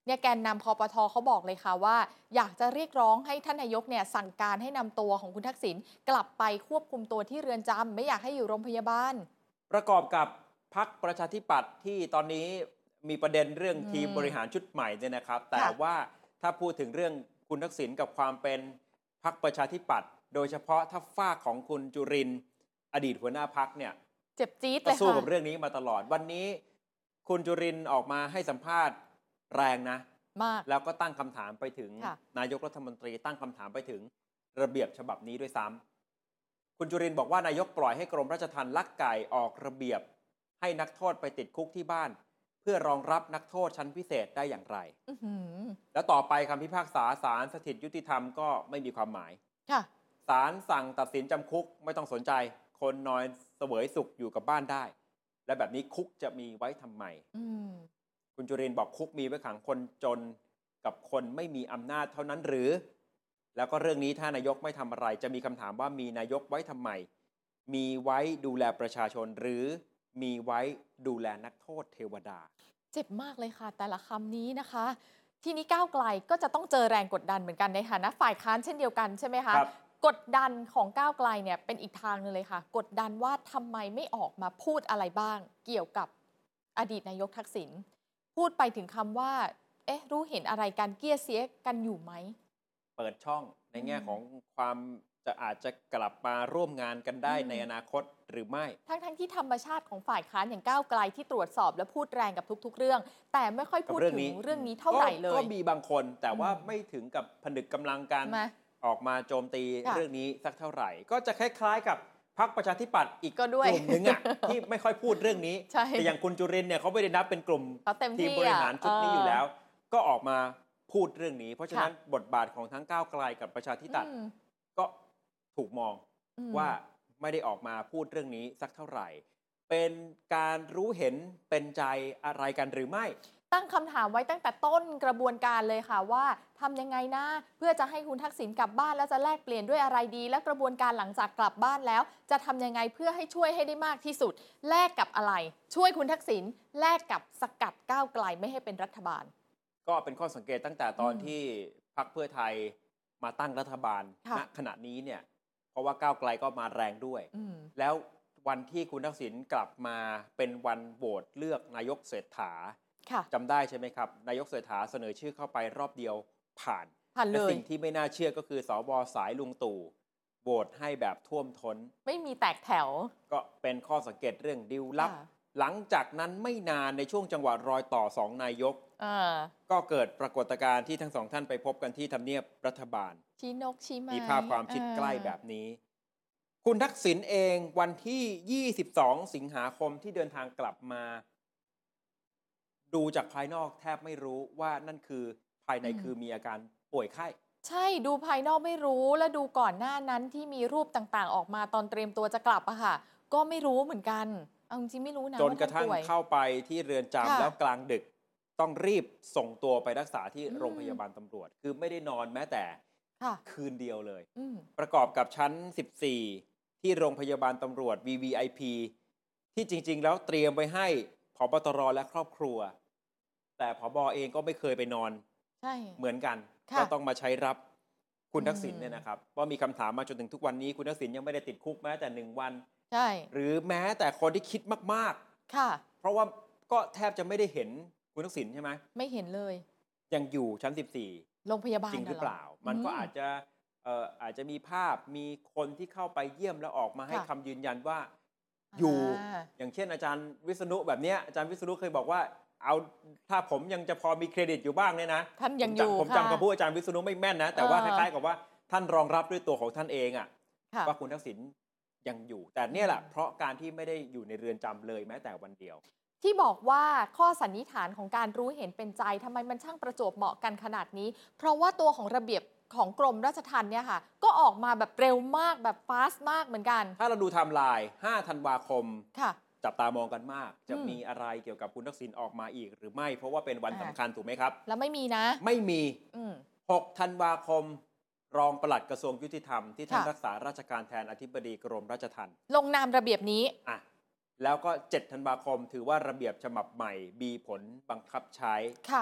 Speaker 3: เนี่ยแกนนำคปทเขาบอกเลยค่ะว่าอยากจะเรียกร้องให้ท่านนายกเนี่ยสั่งการให้นำตัวของคุณทักษิณกลับไปควบคุมตัวที่เรือนจำไม่อยากให้อยู่โรงพยาบาล
Speaker 2: ประกอบกับพรรคประชาธิปัตย์ที่ตอนนี้มีประเด็นเรื่องทีมบริหารชุดใหม่เนี่ยนะครับแต่ว่าถ้าพูดถึงเรื่องคุณทักษิณกับความเป็นพรรคประชาธิปัตย์โดยเฉพาะถ้าฝ้าของคุณจุรินทร์อดีตหัวหน้าพรรคเนี่ย
Speaker 3: เจ็บจี๊ดเลยค่ะ
Speaker 2: สู้กับเรื่องนี้มาตลอดวันนี้คุณจุรินทร์ออกมาให้สัมภาษณ์แรงนะ
Speaker 3: มาก
Speaker 2: แล้วก็ตั้งคำถามไปถึงนายกรัฐมนตรีตั้งคำถามไปถึงระเบียบฉบับนี้ด้วยซ้ำคุณจุรินทร์บอกว่านายกปล่อยให้กรมราชทัณฑ์ลักไก่ออกระเบียบให้นักโทษไปติดคุกที่บ้านเพื่อรองรับนักโทษชั้นพิเศษได้อย่างไรแล้วต่อไปคำพิพากษาศาลสถิตยุติธรรมก็ไม่มีความหมายศาลสั่งตัดสินจำคุกไม่ต้องสนใจคนนอนเสวยสุขอยู่กับบ้านได้และแบบนี้คุกจะมีไว้ทำไมคุณจุรินทร์บอกคุกมีไว้ขังคนจนกับคนไม่มีอำนาจเท่านั้นหรือแล้วก็เรื่องนี้ถ้านายกไม่ทำอะไรจะมีคำถามว่ามีนายกไว้ทำไมมีไว้ดูแลประชาชนหรือมีไว้ดูแลนักโทษเทวดา
Speaker 3: เจ็บมากเลยค่ะแต่ละคำนี้นะคะทีนี้ก้าวไกลก็จะต้องเจอแรงกดดันเหมือนกันในฐานะฝ่ายค้านเช่นเดียวกันใช่ไหมคะกดดันของก้าวไกลเนี่ยเป็นอีกทางนึงเลยค่ะกดดันว่าทำไมไม่ออกมาพูดอะไรบ้างเกี่ยวกับอดีตนายกทักษิณพูดไปถึงคำว่าเอ๊ะรู้เห็นอะไรกันเกี้ยเสียกันอยู่ไหม
Speaker 2: เปิดช่องในแง่ของความจะอาจจะกลับมาร่วมงานกันได้ในอนาคตหรือไม่
Speaker 3: ทั้งทั้งที่ธรรมชาติของฝ่ายค้านอย่างก้าวไกลที่ตรวจสอบและพูดแรงกับทุกๆเรื่องแต่ไม่ค่อยพูดถึงเรื่องนี้เท่าไหร่เลย
Speaker 2: ก็มีบางคนแต่ว่าไม่ถึงกับผนึกกำลังกันออกมาโจมตีเรื่องนี้สักเท่าไหร่ก็จะคล้ายๆกับพรรคประชาธิปัตย์อีกกลุ่มหนึ่งอ่ะที่ไม่ค่อยพูดเรื่องนี้แต่อย่างคุณจุรินทร์เนี่ยเขาไม่ได้นับเป็นกลุ่มทีมบริหารชุดนี้อยู่แล้วก็ออกมาพูดเรื่องนี้เพราะฉะนั้นบทบาทของทั้งก้าวไกลกับประชาธิปัตย์ก็ถูกมองว่าไม่ได้ออกมาพูดเรื่องนี้สักเท่าไหร่เป็นการรู้เห็นเป็นใจอะไรกันหรือไม่
Speaker 3: ตั้งคำถามไว้ตั้งแต่ต้นกระบวนการเลยค่ะว่าทำยังไงนะเพื่อจะให้คุณทักษิณกลับบ้านแล้วจะแลกเปลี่ยนด้วยอะไรดีและกระบวนการหลังจากกลับบ้านแล้วจะทำยังไงเพื่อให้ช่วยให้ได้มากที่สุดแลกกับอะไรช่วยคุณทักษิณแลกกับสกัดก้าวไกลไม่ให้เป็นรัฐบาล
Speaker 2: ก็เป็นข้อสังเกตตั้งแต่ตอนที่พรรคเพื่อไทยมาตั้งรัฐบาลณขณะนี้เนี่ยเพราะว่าก้าวไกลก็มาแรงด้วยแล้ววันที่คุณทักษิณกลับมาเป็นวันโหวตเลือกนายกเศรษฐาจำได้ใช่ไหมครับนายกเศรษฐาเสนอชื่อเข้าไปรอบเดียวผ่านและสิ่งที่ไม่น่าเชื่อก็คือสวสายลุงตู่โหวตให้แบบท่วมท้น
Speaker 3: ไม่มีแตกแถว
Speaker 2: ก็เป็นข้อสังเกตเรื่องดิวลับหลังจากนั้นไม่นานในช่วงจังหวะรอยต่อสองนายกก็เกิดปรากฏการณ์ที่ทั้งสองท่านไปพบกันที่ทำเนียบรัฐบาล
Speaker 3: ชี้นกชี้ไม้
Speaker 2: มีภาพความชิดใกล้แบบนี้คุณทักษิณเองวันที่ยี่สิบสองสิงหาคมที่เดินทางกลับมาดูจากภายนอกแทบไม่รู้ว่านั่นคือภายในคือมีอาการป่วยไข้
Speaker 3: ใช่ดูภายนอกไม่รู้และดูก่อนหน้านั้นที่มีรูปต่างๆออกมาตอนเตรียมตัวจะกลับอะค่ะก็ไม่รู้เหมือนกันเอาจริงไม่รู้นะ
Speaker 2: จนกระทั่งเข้าไปที่เรือนจำแล้วกลางดึกต้องรีบส่งตัวไปรักษาที่โรงพยาบาลตำรวจคือไม่ได้นอนแม้แต่คืนเดียวเลยประกอบกับชั้นสิบสี่ที่โรงพยาบาลตำรวจ วี วี ไอ พี ที่จริงๆแล้วเตรียมไว้ให้ผบตรและครอบครัวแต่ผบเองก็ไม่เคยไปนอนเหมือนกันก็ต้องมาใช้รับคุณทักษิณเนี่ยนะครับว่ามีคำถามมาจนถึงทุกวันนี้คุณทักษิณยังไม่ได้ติดคุกแม้แต่หนึ่งวัน
Speaker 3: ใช่
Speaker 2: หรือแม้แต่คนที่คิดมาก
Speaker 3: ๆค่ะ
Speaker 2: เพราะว่าก็แทบจะไม่ได้เห็นคุณทักษิณใช่ไหม
Speaker 3: ไม่เห็นเลย
Speaker 2: ยังอยู่ชั้นสิบสี่
Speaker 3: โรงพยาบาล
Speaker 2: จริงหรือเปล่ามันก็อาจจะเอ่ออาจจะมีภาพมีคนที่เข้าไปเยี่ยมแล้วออกมาให้คำยืนยันว่าอยู่อย่างเช่นอาจารย์วิษณุแบบเนี้ยอาจารย์วิษณุเคยบอกว่าเอาถ้าผมยังจะพอมีเครดิตอยู่บ้างเนี่ยนะ
Speaker 3: ท่านยังอยู่
Speaker 2: ผมจำคำพูดอาจารย์วิษณุไม่แม่นนะแต่ว่าคล้ายๆกับว่าท่านรองรับด้วยตัวของท่านเองอ่ะว่าคุณทักษิณยังอยู่แต่เนี่ยแหละเพราะการที่ไม่ได้อยู่ในเรือนจำเลยแม้แต่วันเดียว
Speaker 3: ที่บอกว่าข้อสันนิษฐานของการรู้เห็นเป็นใจทำไมมันช่างประจวบเหมาะกันขนาดนี้เพราะว่าตัวของระเบียบของกรมราชทัณฑ์เนี่ยค่ะก็ออกมาแบบเร็วมากแบบฟาสต์มากเหมือนกัน
Speaker 2: ถ้าเราดูไทม์ไลน์ห้าธันวาคม
Speaker 3: ค่ะ
Speaker 2: จับตามองกันมากจะมีอะไรเกี่ยวกับคุณทักษิณออกมาอีกหรือไม่เพราะว่าเป็นวันสำคัญถูกไหมครับ
Speaker 3: แล้วไม่มีนะ
Speaker 2: ไม่มีหกธันวาคมรองปลัดกระทรวงยุติธรรมที่ท่านรักษาราชการแทนอธิบดีกรมราชทัณฑ์
Speaker 3: ลงนามระเบียบนี้
Speaker 2: อ่ะแล้วก็เจ็ดธันวาคมถือว่าระเบียบฉบับใหม่มีผลบังคับใช้
Speaker 3: ค่ะ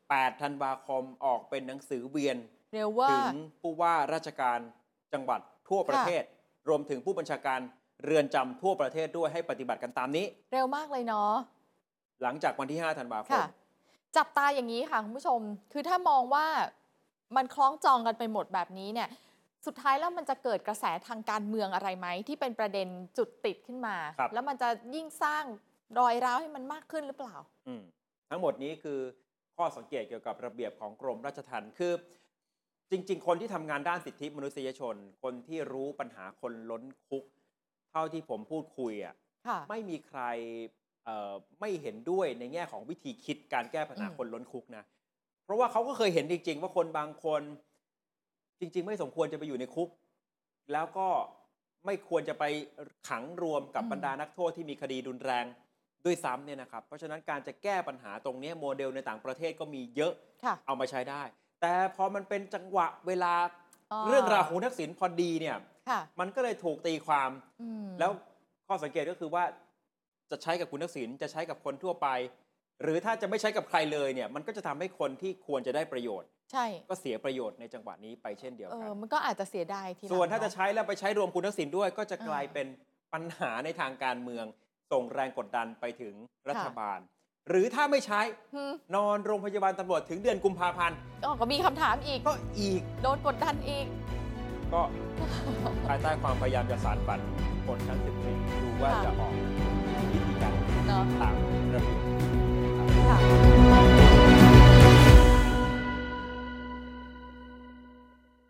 Speaker 2: แปดธันวาคมออกเป็นหนังสือเวียน
Speaker 3: เร็วว่า
Speaker 2: ถึงผู้ว่าราชการจังหวัดทั่วประเทศ รวมถึงผู้บัญชาการเรือนจำทั่วประเทศด้วยให้ปฏิบัติกันตามนี้
Speaker 3: เร็วมากเลยเนาะ
Speaker 2: หลังจากวันที่ห้าธันวาคม
Speaker 3: ค่ะ จับตาอย่างนี้ค่ะคุณผู้ชม คือถ้ามองว่ามันคล้องจองกันไปหมดแบบนี้เนี่ย สุดท้ายแล้วมันจะเกิดกระแสทางการเมืองอะไรไหมที่เป็นประเด็นจุดติดขึ้นมา
Speaker 2: ครับ
Speaker 3: แล้วมันจะยิ่งสร้างรอยร้าวให้มันมากขึ้นหรือเปล่า
Speaker 2: อืมทั้งหมดนี้คือข้อสังเกตเกี่ยวกับระเบียบของกรมราชทัณฑ์คือจริง ๆ คนที่ทำงานด้านสิทธิมนุษยชน คนที่รู้ปัญหาคนล้นคุก เท่าที่ผมพูดคุยอ่ะ
Speaker 3: ค่ะ
Speaker 2: ไม่มีใครเอ่อไม่เห็นด้วยในแง่ของวิธีคิดการแก้ปัญหา
Speaker 3: อืม
Speaker 2: คนล้นคุกนะ เพราะว่าเขาก็เคยเห็นจริง ๆ ว่าคนบางคนจริง ๆ ไม่สมควรจะไปอยู่ในคุก แล้วก็ไม่ควรจะไปขังรวมกับบรรดานักโทษที่มีคดีรุนแรงด้วยซ้ำเนี่ยนะครับ เพราะฉะนั้นการจะแก้ปัญหาตรงนี้โมเดลในต่างประเทศก็มีเยอะ
Speaker 3: ค่ะ
Speaker 2: เอามาใช้ได้ แต่พอมันเป็นจังหวะเวลา
Speaker 3: อ๋อ
Speaker 2: เรื่องราวของทักษิณพอดีเนี่ย
Speaker 3: ค่ะ
Speaker 2: มันก็เลยถูกตีความ
Speaker 3: อืม
Speaker 2: แล้วข้อสังเกตก็คือว่าจะใช้กับคุณทักษิณจะใช้กับคนทั่วไป หรือถ้าจะไม่ใช้กับใครเลยเนี่ยมันก็จะทำให้คนที่ควรจะได้ประโยชน์
Speaker 3: ใช่
Speaker 2: ก็เสียประโยชน์ในจังหวะนี้ไปเช่นเดียว
Speaker 3: เอ
Speaker 2: กั
Speaker 3: อน มันก็อาจจะเสียดายทีหลัง
Speaker 2: ส่วนถ้าจะ
Speaker 3: เอะ
Speaker 2: ใช้แล้วไปใช้รวมคุณทักษิณด้วย ก็จะกลาย
Speaker 3: อ่า
Speaker 2: เป็นปัญหาในทางการเมือง ส่งแรงกดดันไปถึงรัฐ
Speaker 3: ค่ะ
Speaker 2: บาล หรือถ้าไม่ใช้
Speaker 3: อืม
Speaker 2: นอนโรงพยาบาลตำรวจถึงเดือนกุมภาพันธ์
Speaker 3: อ๋อก็มีคำถามอีก
Speaker 2: ก็อีก
Speaker 3: โดนกดดันอีก
Speaker 2: ก็ ภายใต้ความพยายามจะสานฝันคนทั้งสิบสี่ดูว่า
Speaker 3: ค่ะ
Speaker 2: จะออกวิธีการ
Speaker 3: เนาะ
Speaker 2: ตามระเบียบ